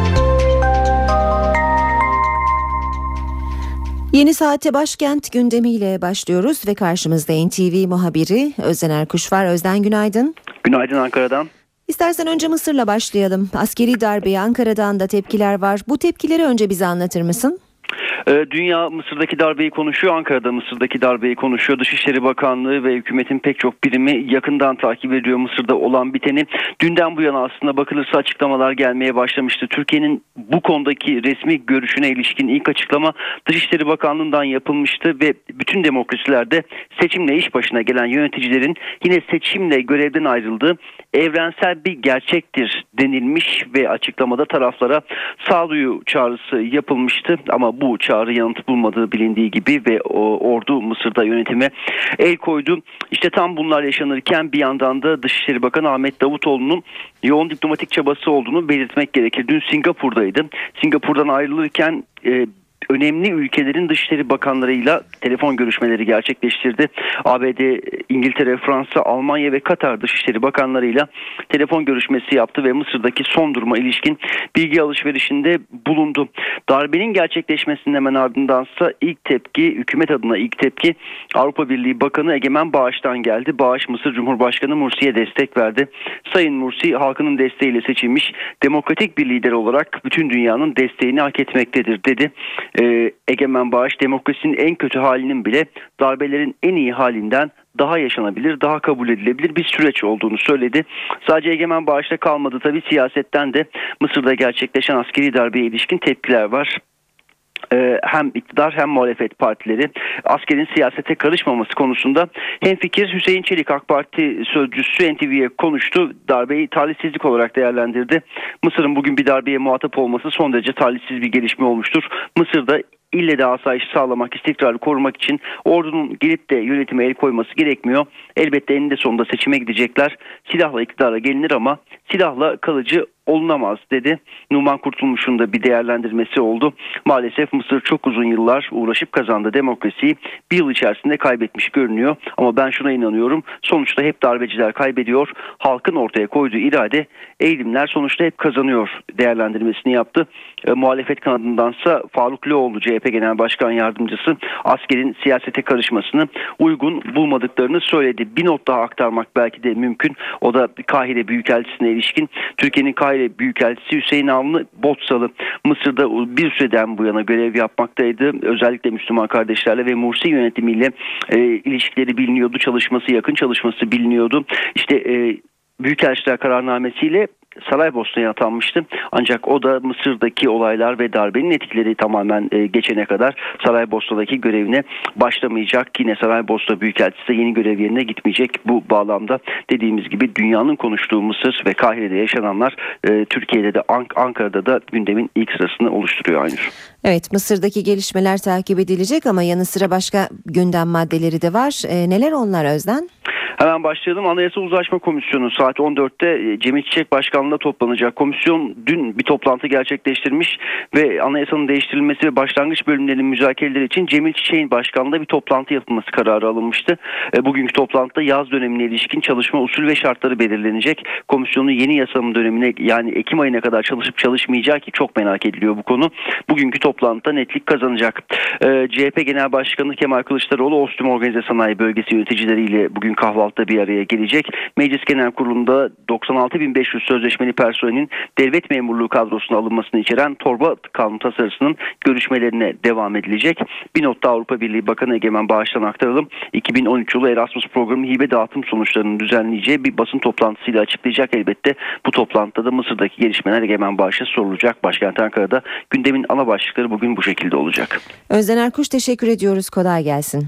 Yeni saatte başkent gündemiyle başlıyoruz ve karşımızda NTV muhabiri Özden Erkuş var. Özden, günaydın. Günaydın Ankara'dan. İstersen önce Mısır'la başlayalım. Askeri darbeye Ankara'dan da tepkiler var. Bu tepkileri önce bize anlatır mısın? Dünya Mısır'daki darbeyi konuşuyor, Ankara'da Mısır'daki darbeyi konuşuyor. Dışişleri Bakanlığı ve hükümetin pek çok birimi yakından takip ediyor Mısır'da olan biteni. Dünden bu yana aslında bakılırsa açıklamalar gelmeye başlamıştı. Türkiye'nin bu konudaki resmi görüşüne ilişkin ilk açıklama Dışişleri Bakanlığı'ndan yapılmıştı ve bütün demokrasilerde seçimle iş başına gelen yöneticilerin yine seçimle görevden ayrıldığı evrensel bir gerçektir denilmiş ve açıklamada taraflara sağduyu çağrısı yapılmıştı. Ama bu çağrı yanıt bulmadığı bilindiği gibi ve ordu Mısır'da yönetime el koydu. İşte tam bunlar yaşanırken bir yandan da Dışişleri Bakanı Ahmet Davutoğlu'nun yoğun diplomatik çabası olduğunu belirtmek gerekir. Dün Singapur'daydı. Singapur'dan ayrılırken önemli ülkelerin dışişleri bakanlarıyla telefon görüşmeleri gerçekleştirdi. ABD, İngiltere, Fransa, Almanya ve Katar dışişleri bakanlarıyla telefon görüşmesi yaptı ve Mısır'daki son duruma ilişkin bilgi alışverişinde bulundu. Darbenin gerçekleşmesinin hemen ardındansa ilk tepki, hükümet adına ilk tepki Avrupa Birliği Bakanı Egemen Bağış'tan geldi. Bağış, Mısır Cumhurbaşkanı Mursi'ye destek verdi. Sayın Mursi halkının desteğiyle seçilmiş demokratik bir lider olarak bütün dünyanın desteğini hak etmektedir dedi. Egemen Bağış, demokrasinin en kötü halinin bile darbelerin en iyi halinden daha yaşanabilir, daha kabul edilebilir bir süreç olduğunu söyledi. Sadece Egemen Bağış'ta kalmadı tabii, siyasetten de Mısır'da gerçekleşen askeri darbeye ilişkin tepkiler var. Hem iktidar hem muhalefet partileri askerin siyasete karışmaması konusunda hemfikir. Hüseyin Çelik AK Parti sözcüsü NTV'ye konuştu. Darbeyi talihsizlik olarak değerlendirdi. Mısır'ın bugün bir darbeye muhatap olması son derece talihsiz bir gelişme olmuştur. Mısır'da ille de asayişi sağlamak, istikrarı korumak için ordunun gelip de yönetime el koyması gerekmiyor. Elbette eninde sonunda seçime gidecekler. Silahla iktidara gelinir ama silahla kalıcı olunamaz dedi. Numan Kurtulmuş'un da bir değerlendirmesi oldu. Maalesef Mısır çok uzun yıllar uğraşıp kazandı demokrasiyi. Bir yıl içerisinde kaybetmiş görünüyor. Ama ben şuna inanıyorum. Sonuçta hep darbeciler kaybediyor. Halkın ortaya koyduğu irade, eğilimler sonuçta hep kazanıyor değerlendirmesini yaptı. Muhalefet kanadındansa Faruk Loğlu, CHP Genel Başkan Yardımcısı, askerin siyasete karışmasını uygun bulmadıklarını söyledi. Bir not daha aktarmak belki de mümkün. O da Kahire Büyükelçisi'ne ilişkin. Türkiye'nin Kahire Büyükelçisi Hüseyin Avni Botsalı Mısır'da bir süreden bu yana görev yapmaktaydı. Özellikle Müslüman kardeşlerle ve Mursi yönetimiyle ilişkileri biliniyordu. Yakın çalışması biliniyordu. İşte Büyükelçiler kararnamesiyle Saraybosna'ya atanmıştı. Ancak o da Mısır'daki olaylar ve darbenin etkileri tamamen geçene kadar Saraybosna'daki görevine başlamayacak. Yine Saraybosna Büyükelçisi yeni görev yerine gitmeyecek. Bu bağlamda dediğimiz gibi dünyanın konuştuğu Mısır ve Kahire'de yaşananlar Türkiye'de de Ankara'da da gündemin ilk sırasını oluşturuyor Aynur. Evet, Mısır'daki gelişmeler takip edilecek ama yanı sıra başka gündem maddeleri de var. Neler onlar Özden? Hemen başlayalım. Anayasa Uzlaşma Komisyonu saat 14'te Cemil Çiçek Başkanlığı'nda toplanacak. Komisyon dün bir toplantı gerçekleştirmiş ve anayasanın değiştirilmesi ve başlangıç bölümlerinin müzakereleri için Cemil Çiçek'in başkanlığında bir toplantı yapılması kararı alınmıştı. Bugünkü toplantıda yaz dönemine ilişkin çalışma usul ve şartları belirlenecek. Komisyonun yeni yasanın dönemine, yani Ekim ayına kadar çalışıp çalışmayacağı ki çok merak ediliyor bu konu. Bugünkü toplantıda netlik kazanacak. CHP Genel Başkanı Kemal Kılıçdaroğlu Ostim Organize Sanayi Bölgesi yöneticileriyle bugün kahvaltıda bir araya gelecek. Meclis Genel Kurulu'nda 96.500 sözleşmeli personelin devlet memurluğu kadrosuna alınmasını içeren torba kanun tasarısının görüşmelerine devam edilecek. Bir notta Avrupa Birliği Bakanı Egemen Bağış'tan aktaralım. 2013 yılı Erasmus programı hibe dağıtım sonuçlarını düzenleyeceği bir basın toplantısıyla açıklayacak elbette. Bu toplantıda da Mısır'daki gelişmeler Egemen Bağış'a sorulacak. Başkent Ankara'da gündemin ana başlıkları bugün bu şekilde olacak. Özden Erkuş, teşekkür ediyoruz. Kolay gelsin.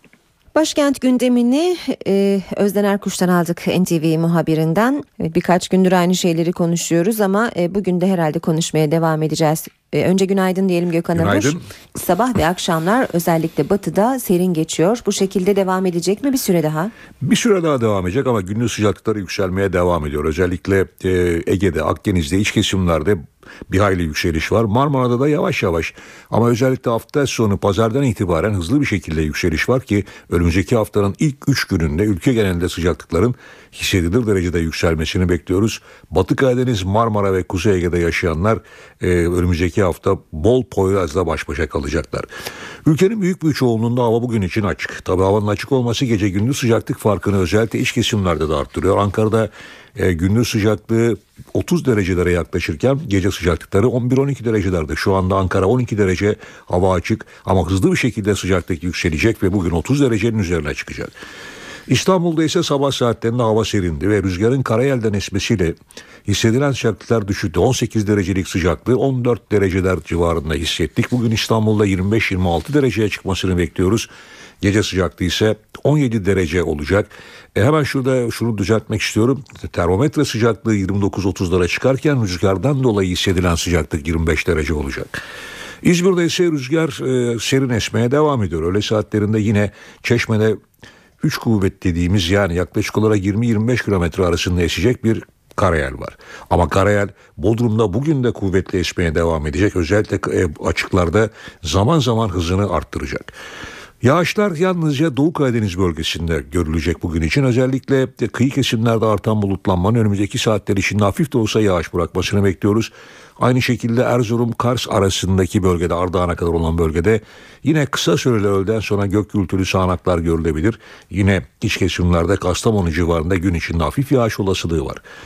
Başkent gündemini Özden Erkuş'tan aldık, NTV muhabirinden. Birkaç gündür aynı şeyleri konuşuyoruz ama bugün de herhalde konuşmaya devam edeceğiz. Önce günaydın diyelim Gökhan Abuş. Sabah ve akşamlar özellikle batıda serin geçiyor. Bu şekilde devam edecek mi bir süre daha? Bir süre daha devam edecek ama gündüz sıcaklıkları yükselmeye devam ediyor. Özellikle Ege'de, Akdeniz'de, iç kesimlerde bir hayli yükseliş var. Marmara'da da yavaş yavaş ama özellikle hafta sonu pazardan itibaren hızlı bir şekilde yükseliş var ki önümüzdeki haftanın ilk 3 gününde ülke genelinde sıcaklıkların hissedilir derecede yükselmesini bekliyoruz. Batı Karadeniz, Marmara ve Kuzey Ege'de yaşayanlar önümüzdeki hafta bol Poyraz'la baş başa kalacaklar. Ülkenin büyük bir çoğunluğunda hava bugün için açık. Tabii havanın açık olması gece gündüz sıcaklık farkını özellikle iç kesimlerde de arttırıyor. Ankara'da gündüz sıcaklığı 30 derecelere yaklaşırken gece sıcaklıkları 11-12 derecelerde. Şu anda Ankara 12 derece, hava açık ama hızlı bir şekilde sıcaklık yükselecek ve bugün 30 derecenin üzerine çıkacak. İstanbul'da ise sabah saatlerinde hava serindi ve rüzgarın karayelden esmesiyle hissedilen sıcaklıklar düşüktü. 18 derecelik sıcaklığı 14 dereceler civarında hissettik. Bugün İstanbul'da 25-26 dereceye çıkmasını bekliyoruz. Gece sıcaklığı ise 17 derece olacak. Hemen şurada şunu düzeltmek istiyorum. Termometre sıcaklığı 29-30'lara çıkarken rüzgardan dolayı hissedilen sıcaklık 25 derece olacak. İzmir'de ise rüzgar serin esmeye devam ediyor. Öğle saatlerinde yine Çeşme'de 3 kuvvet dediğimiz, yani yaklaşık olarak 20-25 kilometre arasında esecek bir karayel var. Ama karayel Bodrum'da bugün de kuvvetli esmeye devam edecek. Özellikle açıklarda zaman zaman hızını arttıracak. Yağışlar yalnızca Doğu Karadeniz bölgesinde görülecek bugün için. Özellikle kıyı kesimlerde artan bulutlanmanın önümüzdeki saatler içinde hafif de olsa yağış bırakmasını bekliyoruz. Aynı şekilde Erzurum-Kars arasındaki bölgede, Ardahan'a kadar olan bölgede yine kısa süreli öğleden sonra gök gürültülü sağanaklar görülebilir. Yine iç kesimlerde Kastamonu civarında gün içinde hafif yağış olasılığı var.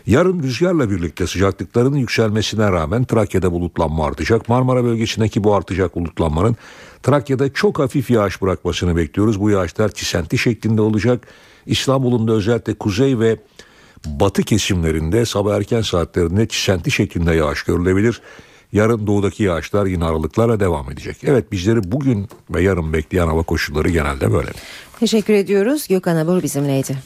Yarın rüzgarla birlikte sıcaklıkların yükselmesine rağmen Trakya'da bulutlanma artacak. Marmara bölgesindeki bu artacak bulutlanmanın Trakya'da çok hafif yağış bırakmasını bekliyoruz. Bu yağışlar çisenti şeklinde olacak. İstanbul'un da özellikle kuzey ve batı kesimlerinde sabah erken saatlerinde çisenti şeklinde yağış görülebilir. Yarın doğudaki yağışlar yine aralıklarla devam edecek. Evet, bizleri bugün ve yarın bekleyen hava koşulları genelde böyle. Teşekkür ediyoruz. Gökhan Abur bizimleydi.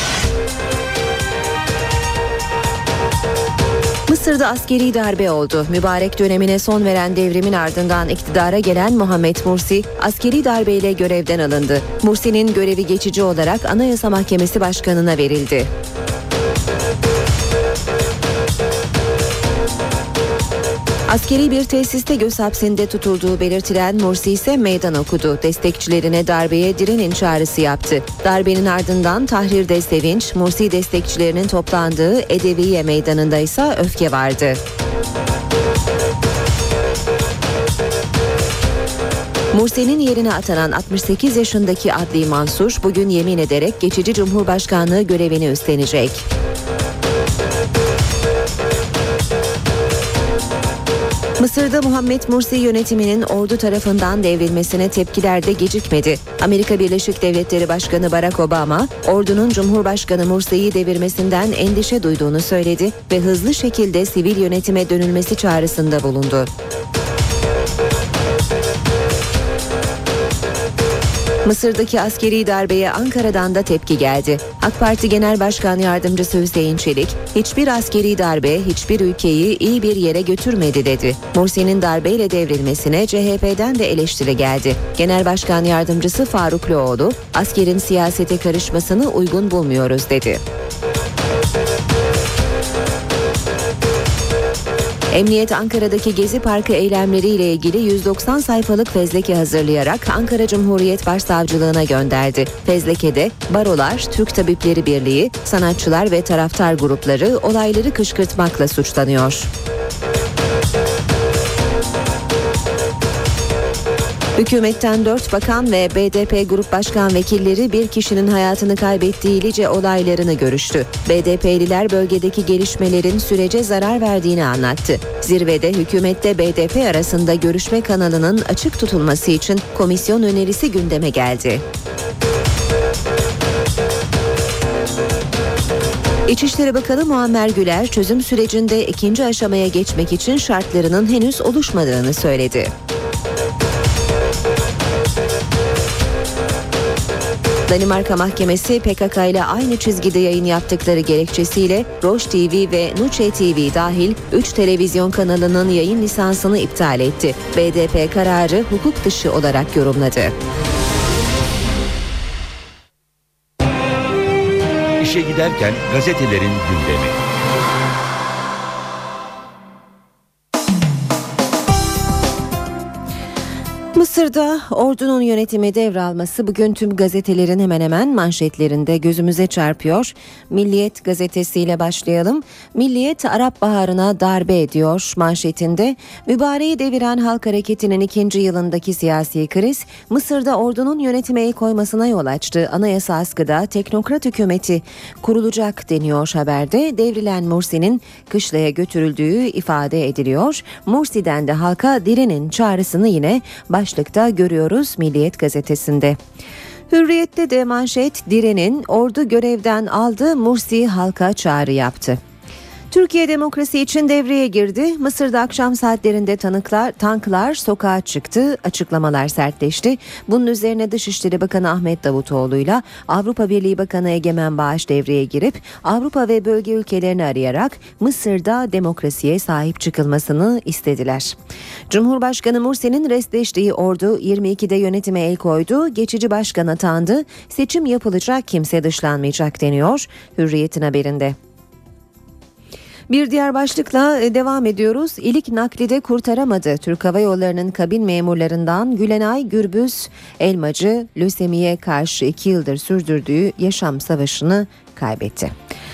Mısır'da askeri darbe oldu. Mübarek dönemine son veren devrimin ardından iktidara gelen Muhammed Mursi askeri darbeyle görevden alındı. Mursi'nin görevi geçici olarak Anayasa Mahkemesi Başkanı'na verildi. Askeri bir tesiste göz hapsinde tutulduğu belirtilen Mursi ise meydan okudu. Destekçilerine darbeye direnin çağrısı yaptı. Darbenin ardından Tahrir'de sevinç, Mursi destekçilerinin toplandığı Edeviye Meydanı'nda ise öfke vardı. Mursi'nin yerine atanan 68 yaşındaki Adli Mansur bugün yemin ederek geçici Cumhurbaşkanlığı görevini üstlenecek. Mısır'da Muhammed Mursi yönetiminin ordu tarafından devrilmesine tepkiler de gecikmedi. Amerika Birleşik Devletleri Başkanı Barack Obama, ordunun Cumhurbaşkanı Mursi'yi devirmesinden endişe duyduğunu söyledi ve hızlı şekilde sivil yönetime dönülmesi çağrısında bulundu. Mısır'daki askeri darbeye Ankara'dan da tepki geldi. AK Parti Genel Başkan Yardımcısı Hüseyin Çelik, hiçbir askeri darbe hiçbir ülkeyi iyi bir yere götürmedi dedi. Mursi'nin darbeyle devrilmesine CHP'den de eleştiri geldi. Genel Başkan Yardımcısı Faruk Loğlu, askerin siyasete karışmasını uygun bulmuyoruz dedi. Emniyet Ankara'daki Gezi Parkı eylemleriyle ilgili 190 sayfalık fezleke hazırlayarak Ankara Cumhuriyet Başsavcılığına gönderdi. Fezlekede barolar, Türk Tabipleri Birliği, sanatçılar ve taraftar grupları olayları kışkırtmakla suçlanıyor. Hükümetten 4 bakan ve BDP Grup Başkan Vekilleri bir kişinin hayatını kaybettiği Lice olaylarını görüştü. BDP'liler bölgedeki gelişmelerin sürece zarar verdiğini anlattı. Zirvede hükümette BDP arasında görüşme kanalının açık tutulması için komisyon önerisi gündeme geldi. İçişleri Bakanı Muammer Güler çözüm sürecinde ikinci aşamaya geçmek için şartlarının henüz oluşmadığını söyledi. Danimarka Mahkemesi PKK ile aynı çizgide yayın yaptıkları gerekçesiyle Roş TV ve Nuçe TV dahil 3 televizyon kanalının yayın lisansını iptal etti. BDP kararı hukuk dışı olarak yorumladı. İşe giderken gazetelerin gündemi. Mısır'da ordunun yönetimi devralması bugün tüm gazetelerin hemen hemen manşetlerinde gözümüze çarpıyor. Milliyet gazetesiyle başlayalım. Milliyet Arap Baharı'na darbe ediyor manşetinde. Mübareği deviren halk hareketinin 2. yılındaki siyasi kriz Mısır'da ordunun yönetime el koymasına yol açtı. Anayasa askıda teknokrat hükümeti kurulacak deniyor haberde. Devrilen Mursi'nin kışlaya götürüldüğü ifade ediliyor. Mursi'den de halka direnin çağrısını yine başlıkta görüyoruz Milliyet gazetesinde. Hürriyet'te de manşet direnin ordu görevden aldı, Mursi halka çağrı yaptı. Türkiye demokrasi için devreye girdi. Mısır'da akşam saatlerinde tanklar sokağa çıktı, açıklamalar sertleşti. Bunun üzerine Dışişleri Bakanı Ahmet Davutoğlu'yla Avrupa Birliği Bakanı Egemen Bağış devreye girip Avrupa ve bölge ülkelerini arayarak Mısır'da demokrasiye sahip çıkılmasını istediler. Cumhurbaşkanı Mursi'nin restleştiği ordu 22'de yönetime el koydu, geçici başkan atandı, seçim yapılacak, kimse dışlanmayacak deniyor Hürriyet'in haberinde. Bir diğer başlıkla devam ediyoruz. İlik naklide kurtaramadı. Türk Hava Yolları'nın kabin memurlarından Gülenay Gürbüz Elmacı lösemiye karşı 2 yıldır sürdürdüğü yaşam savaşını kaybetti.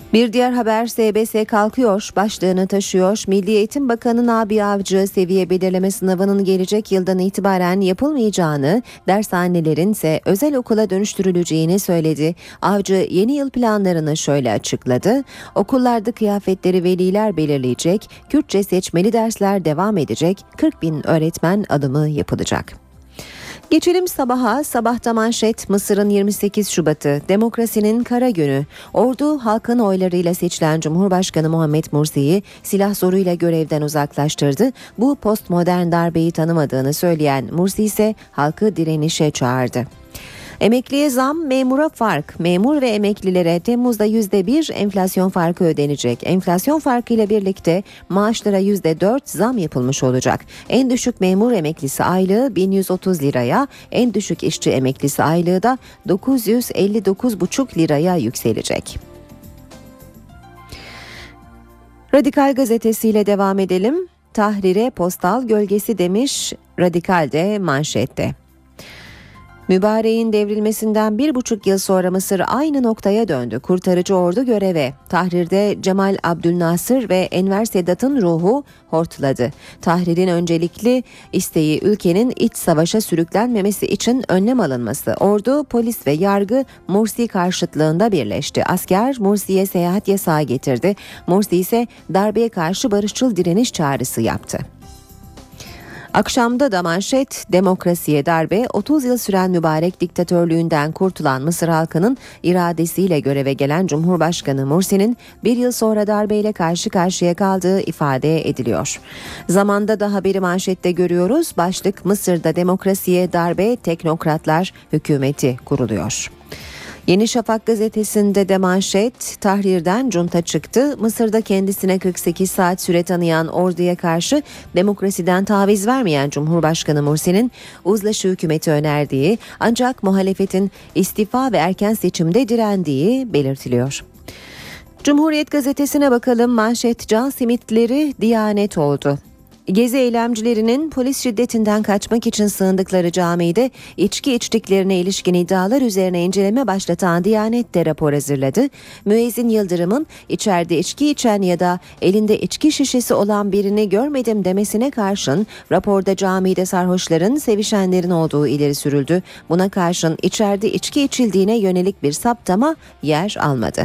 Bir diğer haber SBS kalkıyor başlığını taşıyor. Milli Eğitim Bakanı Nabi Avcı seviye belirleme sınavının gelecek yıldan itibaren yapılmayacağını, dershanelerin ise özel okula dönüştürüleceğini söyledi. Avcı yeni yıl planlarını şöyle açıkladı. Okullarda kıyafetleri veliler belirleyecek, Kürtçe seçmeli dersler devam edecek, 40.000 öğretmen alımı yapılacak. Geçelim sabaha. Sabahta manşet Mısır'ın 28 Şubat'ı demokrasinin kara günü. Ordu halkın oylarıyla seçilen Cumhurbaşkanı Muhammed Mursi'yi silah zoruyla görevden uzaklaştırdı. Bu postmodern darbeyi tanımadığını söyleyen Mursi ise halkı direnişe çağırdı. Emekliye zam, memura fark. Memur ve emeklilere Temmuz'da %1 enflasyon farkı ödenecek. Enflasyon farkıyla birlikte maaşlara %4 zam yapılmış olacak. En düşük memur emeklisi aylığı 1130 liraya, en düşük işçi emeklisi aylığı da 959,5 liraya yükselecek. Radikal gazetesiyle devam edelim. Tahrire postal gölgesi demiş Radikal'de manşette. Mübareğin devrilmesinden 1,5 yıl sonra Mısır aynı noktaya döndü. Kurtarıcı ordu göreve. Tahrir'de Cemal Abdülnasır ve Enver Sedat'ın ruhu hortladı. Tahrir'in öncelikli isteği ülkenin iç savaşa sürüklenmemesi için önlem alınması. Ordu, polis ve yargı Mursi karşıtlığında birleşti. Asker Mursi'ye seyahat yasağı getirdi. Mursi ise darbeye karşı barışçıl direniş çağrısı yaptı. Akşamda da manşet demokrasiye darbe, 30 yıl süren mübarek diktatörlüğünden kurtulan Mısır halkının iradesiyle göreve gelen Cumhurbaşkanı Mursi'nin bir yıl sonra darbeyle karşı karşıya kaldığı ifade ediliyor. Zamanda da haberi manşette görüyoruz. Başlık Mısır'da demokrasiye darbe, teknokratlar hükümeti kuruluyor. Yeni Şafak gazetesinde de manşet Tahrir'den junta çıktı. Mısır'da kendisine 48 saat süre tanıyan orduya karşı demokrasiden taviz vermeyen Cumhurbaşkanı Mursi'nin uzlaşı hükümeti önerdiği ancak muhalefetin istifa ve erken seçimde direndiği belirtiliyor. Cumhuriyet gazetesine bakalım. Manşet can simitleri Diyanet oldu. Gezi eylemcilerinin polis şiddetinden kaçmak için sığındıkları camide içki içtiklerine ilişkin iddialar üzerine inceleme başlatan Diyanet de rapor hazırladı. Müezzin Yıldırım'ın içeride içki içen ya da elinde içki şişesi olan birini görmedim demesine karşın raporda camide sarhoşların, sevişenlerin olduğu ileri sürüldü. Buna karşın içeride içki içildiğine yönelik bir saptama yer almadı.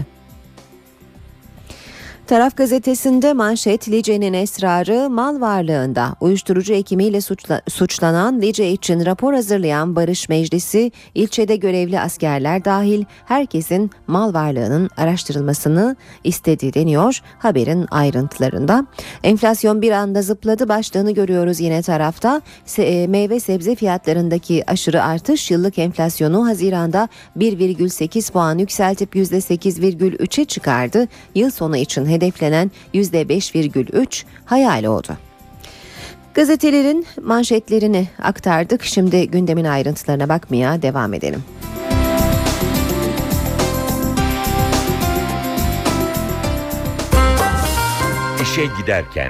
Taraf gazetesinde manşet Lice'nin esrarı mal varlığında. Uyuşturucu ekimiyle suçlanan Lice için rapor hazırlayan Barış Meclisi, ilçede görevli askerler dahil herkesin mal varlığının araştırılmasını istediği deniyor haberin ayrıntılarında. Enflasyon bir anda zıpladı başlığını görüyoruz yine tarafta. Meyve sebze fiyatlarındaki aşırı artış yıllık enflasyonu Haziran'da 1,8 puan yükseltip %8,3'e çıkardı. Yıl sonu için hedeflenen %5,3 hayal oldu. Gazetelerin manşetlerini aktardık. Şimdi gündemin ayrıntılarına bakmaya devam edelim. İşe giderken.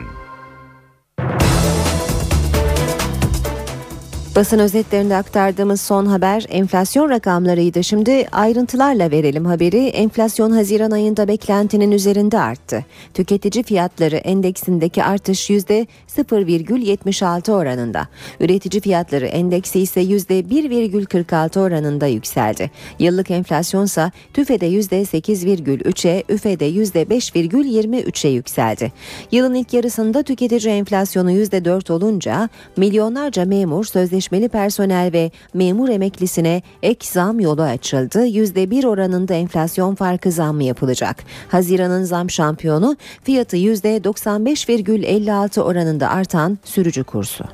Basın özetlerinde aktardığımız son haber enflasyon rakamlarıydı. Şimdi ayrıntılarla verelim haberi. Enflasyon Haziran ayında beklentinin üzerinde arttı. Tüketici fiyatları endeksindeki artış %0,76 oranında. Üretici fiyatları endeksi ise %1,46 oranında yükseldi. Yıllık enflasyonsa TÜFE'de %8,3'e, ÜFE'de %5,23'e yükseldi. Yılın ilk yarısında tüketici enflasyonu %4 olunca milyonlarca memur, sözleşmeli personel ve memur emeklisine ek zam yolu açıldı. %1 oranında enflasyon farkı zammı yapılacak. Haziran'ın zam şampiyonu fiyatı %95,56 oranında artan sürücü kursu.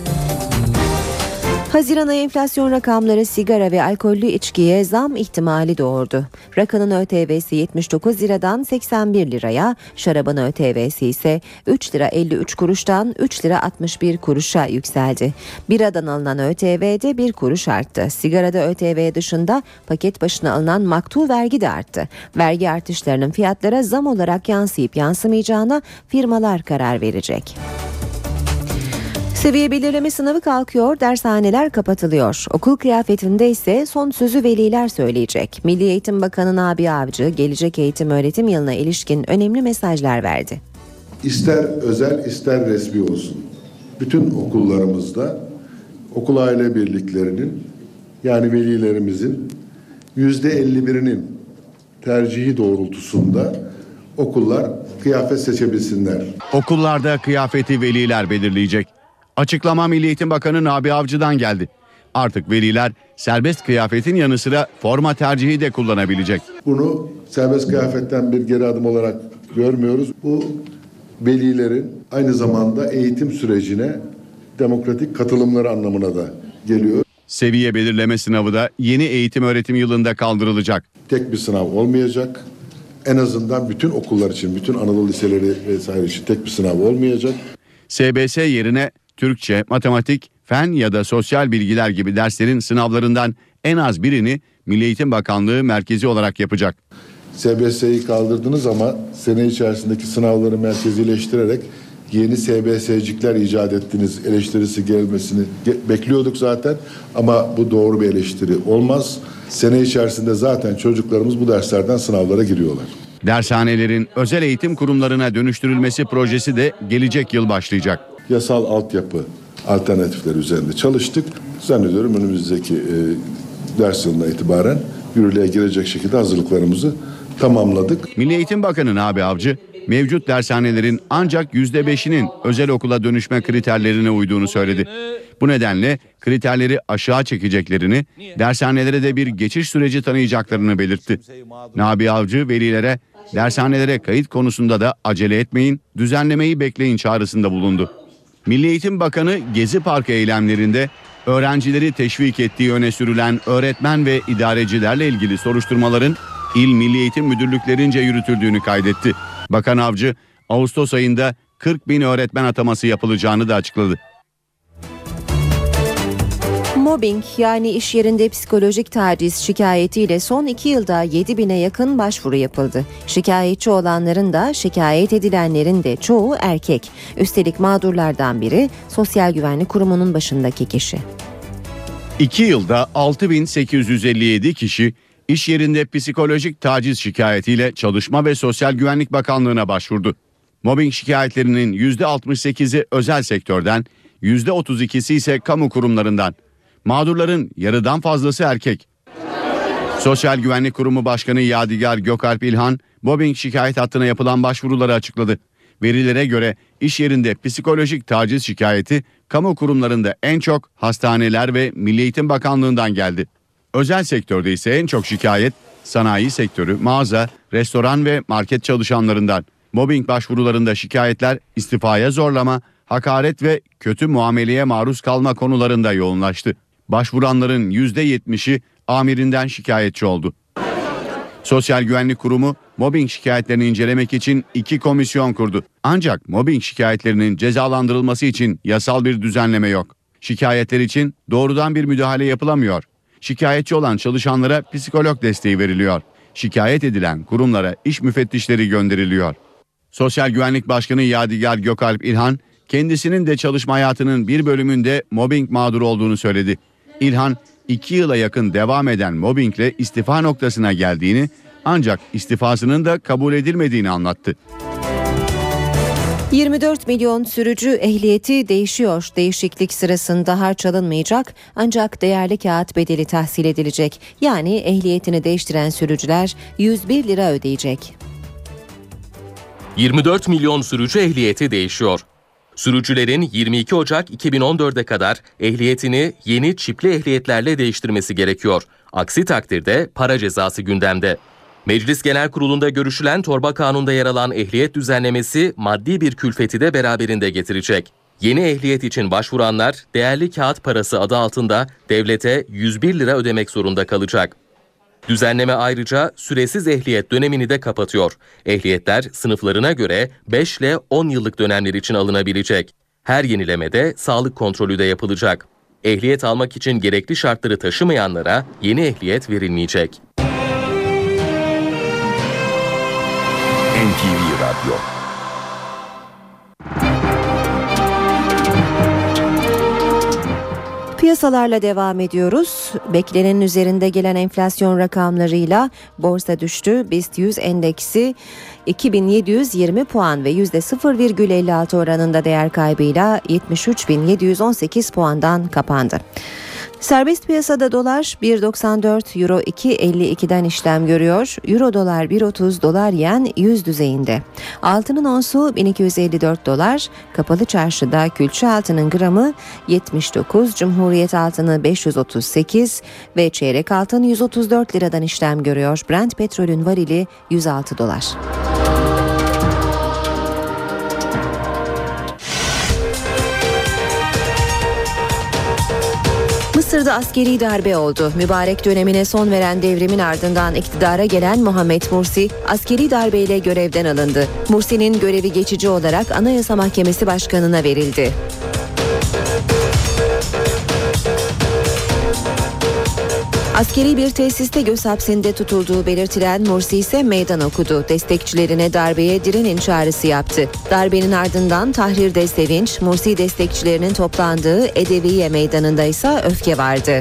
Haziran ayı enflasyon rakamları sigara ve alkollü içkiye zam ihtimali doğurdu. Rakının ÖTV'si 79 liradan 81 liraya, şarabın ÖTV'si ise 3 lira 53 kuruştan 3 lira 61 kuruşa yükseldi. Biradan alınan ÖTV'de 1 kuruş arttı. Sigarada ÖTV dışında paket başına alınan maktul vergi de arttı. Vergi artışlarının fiyatlara zam olarak yansıyıp yansımayacağına firmalar karar verecek. Seviye belirleme sınavı kalkıyor, dershaneler kapatılıyor. Okul kıyafetinde ise son sözü veliler söyleyecek. Milli Eğitim Bakanı Nabi Avcı, gelecek eğitim öğretim yılına ilişkin önemli mesajlar verdi. İster özel ister resmi olsun, bütün okullarımızda okul aile birliklerinin, yani velilerimizin %51'inin tercihi doğrultusunda okullar kıyafet seçebilsinler. Okullarda kıyafeti veliler belirleyecek. Açıklama Milli Eğitim Bakanı Nabi Avcı'dan geldi. Artık veliler serbest kıyafetin yanı sıra forma tercihi de kullanabilecek. Bunu serbest kıyafetten bir geri adım olarak görmüyoruz. Bu velilerin aynı zamanda eğitim sürecine demokratik katılımları anlamına da geliyor. Seviye belirleme sınavı da yeni eğitim öğretim yılında kaldırılacak. Tek bir sınav olmayacak. En azından bütün okullar için, bütün Anadolu liseleri vesaire için tek bir sınav olmayacak. SBS yerine Türkçe, matematik, fen ya da sosyal bilgiler gibi derslerin sınavlarından en az birini Milli Eğitim Bakanlığı merkezi olarak yapacak. SBS'yi kaldırdınız ama sene içerisindeki sınavları merkezileştirerek yeni SBS'cikler icat ettiniz eleştirisi gelmesini bekliyorduk zaten ama bu doğru bir eleştiri olmaz. Sene içerisinde zaten çocuklarımız bu derslerden sınavlara giriyorlar. Dershanelerin özel eğitim kurumlarına dönüştürülmesi projesi de gelecek yıl başlayacak. Yasal altyapı alternatifleri üzerinde çalıştık. Zannediyorum önümüzdeki ders yılına itibaren yürürlüğe girecek şekilde hazırlıklarımızı tamamladık. Milli Eğitim Bakanı Nabi Avcı, mevcut dershanelerin ancak %5'inin özel okula dönüşme kriterlerine uyduğunu söyledi. Bu nedenle kriterleri aşağı çekeceklerini, dershanelere de bir geçiş süreci tanıyacaklarını belirtti. Nabi Avcı velilere dershanelere kayıt konusunda da acele etmeyin, düzenlemeyi bekleyin çağrısında bulundu. Milli Eğitim Bakanı Gezi Parkı eylemlerinde öğrencileri teşvik ettiği öne sürülen öğretmen ve idarecilerle ilgili soruşturmaların İl Milli Eğitim Müdürlüklerince yürütüldüğünü kaydetti. Bakan Avcı, Ağustos ayında 40.000 öğretmen ataması yapılacağını da açıkladı. Mobbing, yani iş yerinde psikolojik taciz şikayetiyle son 2 yılda 7.000'e yakın başvuru yapıldı. Şikayetçi olanların da şikayet edilenlerin de çoğu erkek. Üstelik mağdurlardan biri Sosyal Güvenlik Kurumu'nun başındaki kişi. 2 yılda 6.857 kişi iş yerinde psikolojik taciz şikayetiyle Çalışma ve Sosyal Güvenlik Bakanlığı'na başvurdu. Mobbing şikayetlerinin %68'i özel sektörden, %32'si ise kamu kurumlarından. Mağdurların yarıdan fazlası erkek. Sosyal Güvenlik Kurumu Başkanı Yadigar Gökalp İlhan, mobbing şikayet hattına yapılan başvuruları açıkladı. Verilere göre iş yerinde psikolojik taciz şikayeti kamu kurumlarında en çok hastaneler ve Milli Eğitim Bakanlığı'ndan geldi. Özel sektörde ise en çok şikayet sanayi sektörü, mağaza, restoran ve market çalışanlarından. Mobbing başvurularında şikayetler istifaya zorlama, hakaret ve kötü muameleye maruz kalma konularında yoğunlaştı. Başvuranların %70'i amirinden şikayetçi oldu. Sosyal Güvenlik Kurumu mobbing şikayetlerini incelemek için 2 komisyon kurdu. Ancak mobbing şikayetlerinin cezalandırılması için yasal bir düzenleme yok. Şikayetler için doğrudan bir müdahale yapılamıyor. Şikayetçi olan çalışanlara psikolog desteği veriliyor. Şikayet edilen kurumlara iş müfettişleri gönderiliyor. Sosyal Güvenlik Başkanı Yadigar Gökalp İlhan, kendisinin de çalışma hayatının bir bölümünde mobbing mağduru olduğunu söyledi. İlhan, 2 yıla yakın devam eden mobbingle istifa noktasına geldiğini, ancak istifasının da kabul edilmediğini anlattı. 24 milyon sürücü ehliyeti değişiyor. Değişiklik sırasında harç alınmayacak ancak değerli kağıt bedeli tahsil edilecek. Yani ehliyetini değiştiren sürücüler 101 lira ödeyecek. 24 milyon sürücü ehliyeti değişiyor. Sürücülerin 22 Ocak 2014'e kadar ehliyetini yeni çipli ehliyetlerle değiştirmesi gerekiyor. Aksi takdirde para cezası gündemde. Meclis Genel Kurulu'nda görüşülen torba kanunda yer alan ehliyet düzenlemesi maddi bir külfeti de beraberinde getirecek. Yeni ehliyet için başvuranlar değerli kağıt parası adı altında devlete 101 lira ödemek zorunda kalacak. Düzenleme ayrıca süresiz ehliyet dönemini de kapatıyor. Ehliyetler sınıflarına göre 5 ile 10 yıllık dönemler için alınabilecek. Her yenilemede sağlık kontrolü de yapılacak. Ehliyet almak için gerekli şartları taşımayanlara yeni ehliyet verilmeyecek. NTV Radyo. Piyasalarla devam ediyoruz. Beklenenin üzerinde gelen enflasyon rakamlarıyla borsa düştü. BIST 100 endeksi 2720 puan ve %0,56 oranında değer kaybıyla 73.718 puandan kapandı. Serbest piyasada dolar 1.94, euro 2.52'den işlem görüyor. Euro dolar 1.30, dolar yen 100 düzeyinde. Altının onsu 1254 dolar. Kapalı çarşıda külçe altının gramı 79, Cumhuriyet altını 538 ve çeyrek altın 134 liradan işlem görüyor. Brent petrolün varili 106 dolar. Mısır'da askeri darbe oldu. Mübarek dönemine son veren devrimin ardından iktidara gelen Muhammed Mursi askeri darbeyle görevden alındı. Mursi'nin görevi geçici olarak Anayasa Mahkemesi Başkanı'na verildi. Askeri bir tesiste göz hapsinde tutulduğu belirtilen Mursi ise meydan okudu. Destekçilerine darbeye direnin çağrısı yaptı. Darbenin ardından Tahrir'de sevinç, Mursi destekçilerinin toplandığı Edeviye Meydanı'nda ise öfke vardı.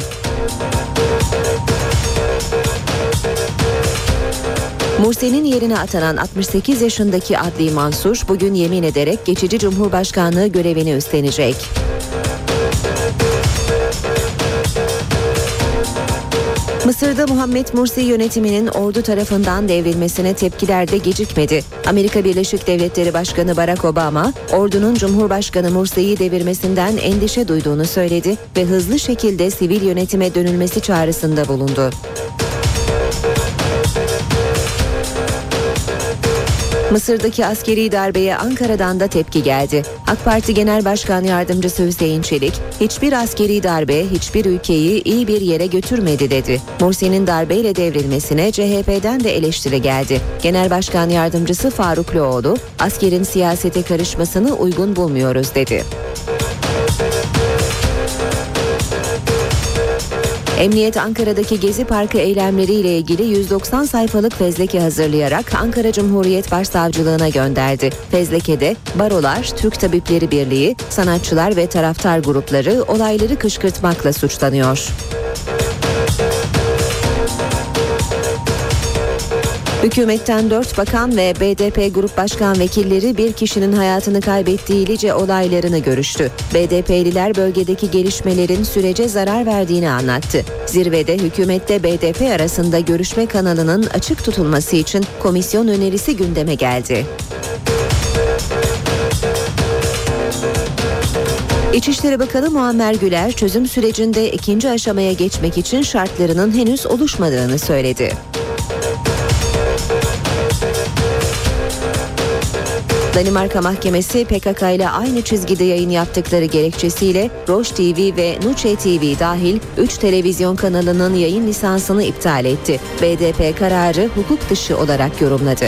Mursi'nin yerine atanan 68 yaşındaki Adli Mansur bugün yemin ederek geçici Cumhurbaşkanlığı görevini üstlenecek. Mısır'da Muhammed Mursi yönetiminin ordu tarafından devrilmesine tepkiler de gecikmedi. Amerika Birleşik Devletleri Başkanı Barack Obama, ordunun Cumhurbaşkanı Mursi'yi devirmesinden endişe duyduğunu söyledi ve hızlı şekilde sivil yönetime dönülmesi çağrısında bulundu. Mısır'daki askeri darbeye Ankara'dan da tepki geldi. AK Parti Genel Başkan Yardımcısı Hüseyin Çelik, hiçbir askeri darbe hiçbir ülkeyi iyi bir yere götürmedi dedi. Mursi'nin darbeyle devrilmesine CHP'den de eleştiri geldi. Genel Başkan Yardımcısı Farukluoğlu, askerin siyasete karışmasını uygun bulmuyoruz dedi. Emniyet Ankara'daki Gezi Parkı eylemleriyle ilgili 190 sayfalık fezleke hazırlayarak Ankara Cumhuriyet Başsavcılığına gönderdi. Fezlekede barolar, Türk Tabipleri Birliği, sanatçılar ve taraftar grupları olayları kışkırtmakla suçlanıyor. Hükümetten 4 bakan ve BDP Grup Başkan Vekilleri bir kişinin hayatını kaybettiği Lice olaylarını görüştü. BDP'liler bölgedeki gelişmelerin sürece zarar verdiğini anlattı. Zirvede hükümette BDP arasında görüşme kanalının açık tutulması için komisyon önerisi gündeme geldi. İçişleri Bakanı Muammer Güler çözüm sürecinde ikinci aşamaya geçmek için şartlarının henüz oluşmadığını söyledi. Danimarka Mahkemesi PKK ile aynı çizgide yayın yaptıkları gerekçesiyle Roş TV ve Nuçe TV dahil 3 televizyon kanalının yayın lisansını iptal etti. BDP kararı hukuk dışı olarak yorumladı.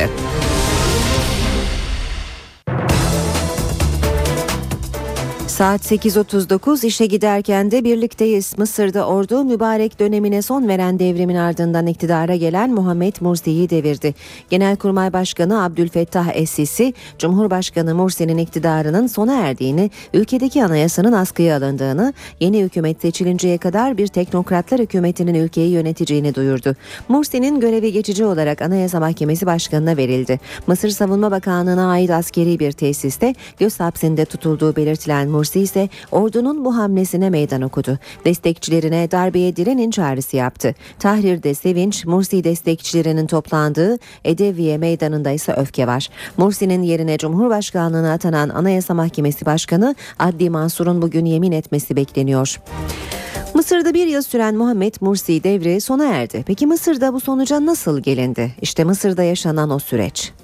Saat 8.39 işe giderken de birlikteyiz. Mısır'da ordu mübarek dönemine son veren devrimin ardından iktidara gelen Muhammed Mursi'yi devirdi. Genelkurmay Başkanı Abdülfettah Es-Sisi, Cumhurbaşkanı Mursi'nin iktidarının sona erdiğini, ülkedeki anayasanın askıya alındığını, yeni hükümet seçilinceye kadar bir teknokratlar hükümetinin ülkeyi yöneteceğini duyurdu. Mursi'nin görevi geçici olarak Anayasa Mahkemesi Başkanı'na verildi. Mısır Savunma Bakanlığı'na ait askeri bir tesiste göz hapsinde tutulduğu belirtilen Mursi ise ordunun bu hamlesine meydan okudu. Destekçilerine darbeye direnin çağrısı yaptı. Tahrir'de sevinç, Mursi destekçilerinin toplandığı Edeviye Meydanı'nda ise öfke var. Mursi'nin yerine Cumhurbaşkanlığına atanan Anayasa Mahkemesi Başkanı Adli Mansur'un bugün yemin etmesi bekleniyor. Mısır'da bir yıl süren Muhammed Mursi devri sona erdi. Peki Mısır'da bu sonuca nasıl gelindi? İşte Mısır'da yaşanan o süreç.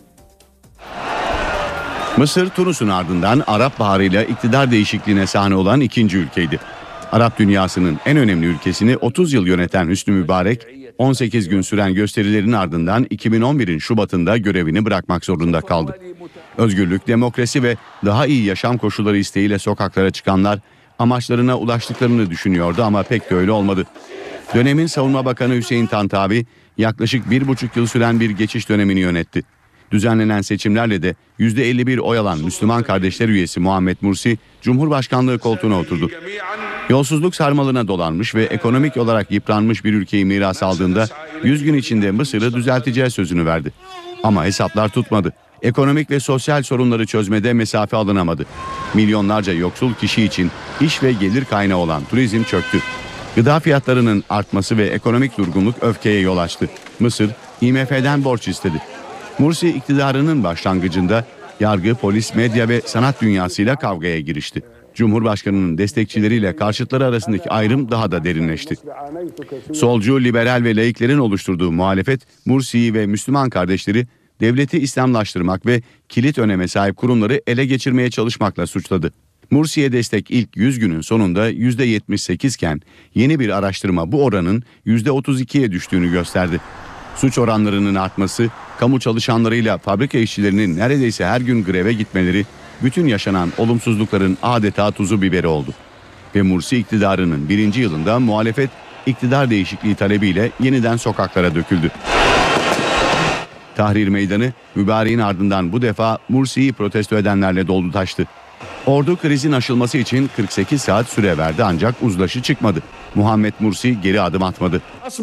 Mısır, Tunus'un ardından Arap Baharı'yla iktidar değişikliğine sahne olan ikinci ülkeydi. Arap dünyasının en önemli ülkesini 30 yıl yöneten Hüsnü Mübarek, 18 gün süren gösterilerin ardından 2011'in Şubat'ında görevini bırakmak zorunda kaldı. Özgürlük, demokrasi ve daha iyi yaşam koşulları isteğiyle sokaklara çıkanlar amaçlarına ulaştıklarını düşünüyordu ama pek de öyle olmadı. Dönemin Savunma Bakanı Hüseyin Tantavi yaklaşık 1,5 yıl süren bir geçiş dönemini yönetti. Düzenlenen seçimlerle de %51 oy alan Müslüman Kardeşler üyesi Muhammed Mursi, Cumhurbaşkanlığı koltuğuna oturdu. Yolsuzluk sarmalına dolanmış ve ekonomik olarak yıpranmış bir ülkeyi miras aldığında 100 gün içinde Mısır'ı düzelteceği sözünü verdi. Ama hesaplar tutmadı. Ekonomik ve sosyal sorunları çözmede mesafe alınamadı. Milyonlarca yoksul kişi için iş ve gelir kaynağı olan turizm çöktü. Gıda fiyatlarının artması ve ekonomik durgunluk öfkeye yol açtı. Mısır, IMF'den borç istedi. Mursi iktidarının başlangıcında yargı, polis, medya ve sanat dünyasıyla kavgaya girişti. Cumhurbaşkanının destekçileriyle karşıtları arasındaki ayrım daha da derinleşti. Solcu, liberal ve laiklerin oluşturduğu muhalefet, Mursi'yi ve Müslüman kardeşleri devleti İslamlaştırmak ve kilit öneme sahip kurumları ele geçirmeye çalışmakla suçladı. Mursi'ye destek ilk 100 günün sonunda %78 iken yeni bir araştırma bu oranın %32'ye düştüğünü gösterdi. Suç oranlarının artması, kamu çalışanlarıyla fabrika işçilerinin neredeyse her gün greve gitmeleri, bütün yaşanan olumsuzlukların adeta tuzu biberi oldu. Ve Mursi iktidarının 1. yılında muhalefet iktidar değişikliği talebiyle yeniden sokaklara döküldü. Tahrir Meydanı mübareğin ardından bu defa Mursi'yi protesto edenlerle doldu taştı. Ordu krizin aşılması için 48 saat süre verdi ancak uzlaşı çıkmadı. Muhammed Mursi geri adım atmadı.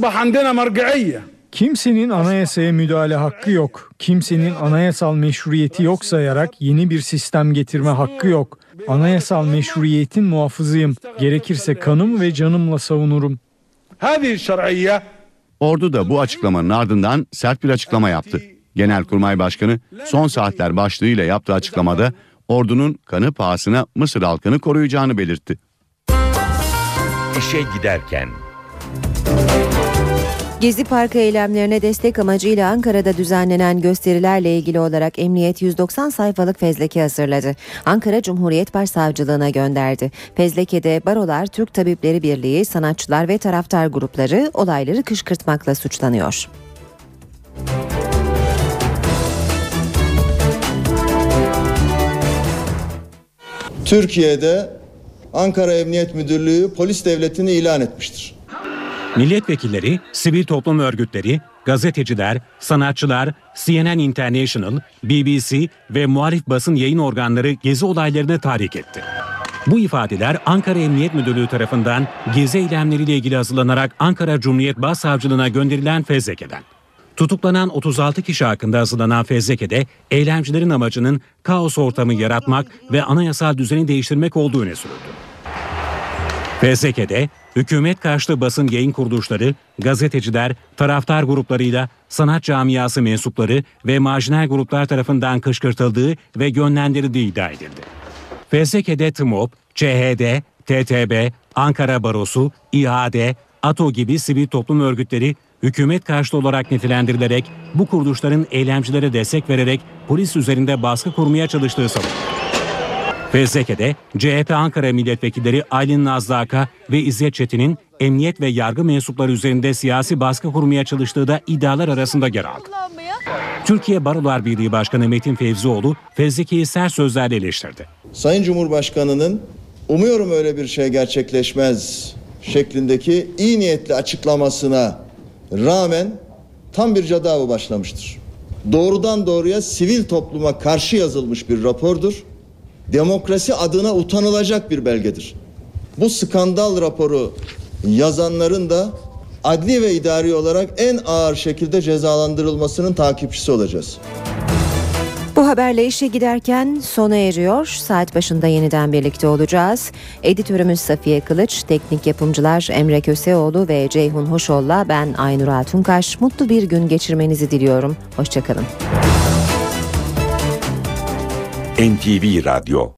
Kimsenin anayasaya müdahale hakkı yok. Kimsenin anayasal meşruiyeti yok sayarak yeni bir sistem getirme hakkı yok. Anayasal meşruiyetin muhafızıyım. Gerekirse kanım ve canımla savunurum. Ordu da bu açıklamanın ardından sert bir açıklama yaptı. Genelkurmay Başkanı son saatler başlığıyla yaptığı açıklamada ordunun kanı pahasına Mısır halkını koruyacağını belirtti. İşe giderken. Gezi Parkı eylemlerine destek amacıyla Ankara'da düzenlenen gösterilerle ilgili olarak emniyet 190 sayfalık fezleke hazırladı. Ankara Cumhuriyet Başsavcılığına gönderdi. Fezlekede barolar, Türk Tabipleri Birliği, sanatçılar ve taraftar grupları olayları kışkırtmakla suçlanıyor. Türkiye'de Ankara Emniyet Müdürlüğü polis devletini ilan etmiştir. Milletvekilleri, sivil toplum örgütleri, gazeteciler, sanatçılar, CNN International, BBC ve muhalif basın yayın organları gezi olaylarını tahrik etti. Bu ifadeler Ankara Emniyet Müdürlüğü tarafından gezi eylemleriyle ilgili hazırlanarak Ankara Cumhuriyet Başsavcılığına gönderilen fezlekeden. Tutuklanan 36 kişi hakkında hazırlanan fezlekede eylemcilerin amacının kaos ortamı yaratmak ve anayasal düzeni değiştirmek olduğu öne sürüldü. Fezlekede hükümet karşıtı basın yayın kuruluşları, gazeteciler, taraftar gruplarıyla sanat camiası mensupları ve marjinal gruplar tarafından kışkırtıldığı ve yönlendirildiği iddia edildi. Fezlekede TMOB, CHD, TTB, Ankara Barosu, İHAD, ATO gibi sivil toplum örgütleri hükümet karşıtı olarak nitelendirilerek bu kuruluşların eylemcilere destek vererek polis üzerinde baskı kurmaya çalıştığı savunuldu. Fezleke'de CHP Ankara milletvekilleri Aylin Nazlı Aka ve İzzet Çetin'in emniyet ve yargı mensupları üzerinde siyasi baskı kurmaya çalıştığı da iddialar arasında yer aldı. Türkiye Barolar Birliği Başkanı Metin Fevzioğlu fezlekeyi sert sözlerle eleştirdi. Sayın Cumhurbaşkanı'nın umuyorum öyle bir şey gerçekleşmez şeklindeki iyi niyetli açıklamasına rağmen tam bir cadavı başlamıştır. Doğrudan doğruya sivil topluma karşı yazılmış bir rapordur. Demokrasi adına utanılacak bir belgedir. Bu skandal raporu yazanların da adli ve idari olarak en ağır şekilde cezalandırılmasının takipçisi olacağız. Bu haberle işe giderken sona eriyor. Saat başında yeniden birlikte olacağız. Editörümüz Safiye Kılıç, teknik yapımcılar Emre Köseoğlu ve Ceyhun Hoşol'la ben Aynur Altunkaş. Mutlu bir gün geçirmenizi diliyorum. Hoşçakalın. NTV Radyo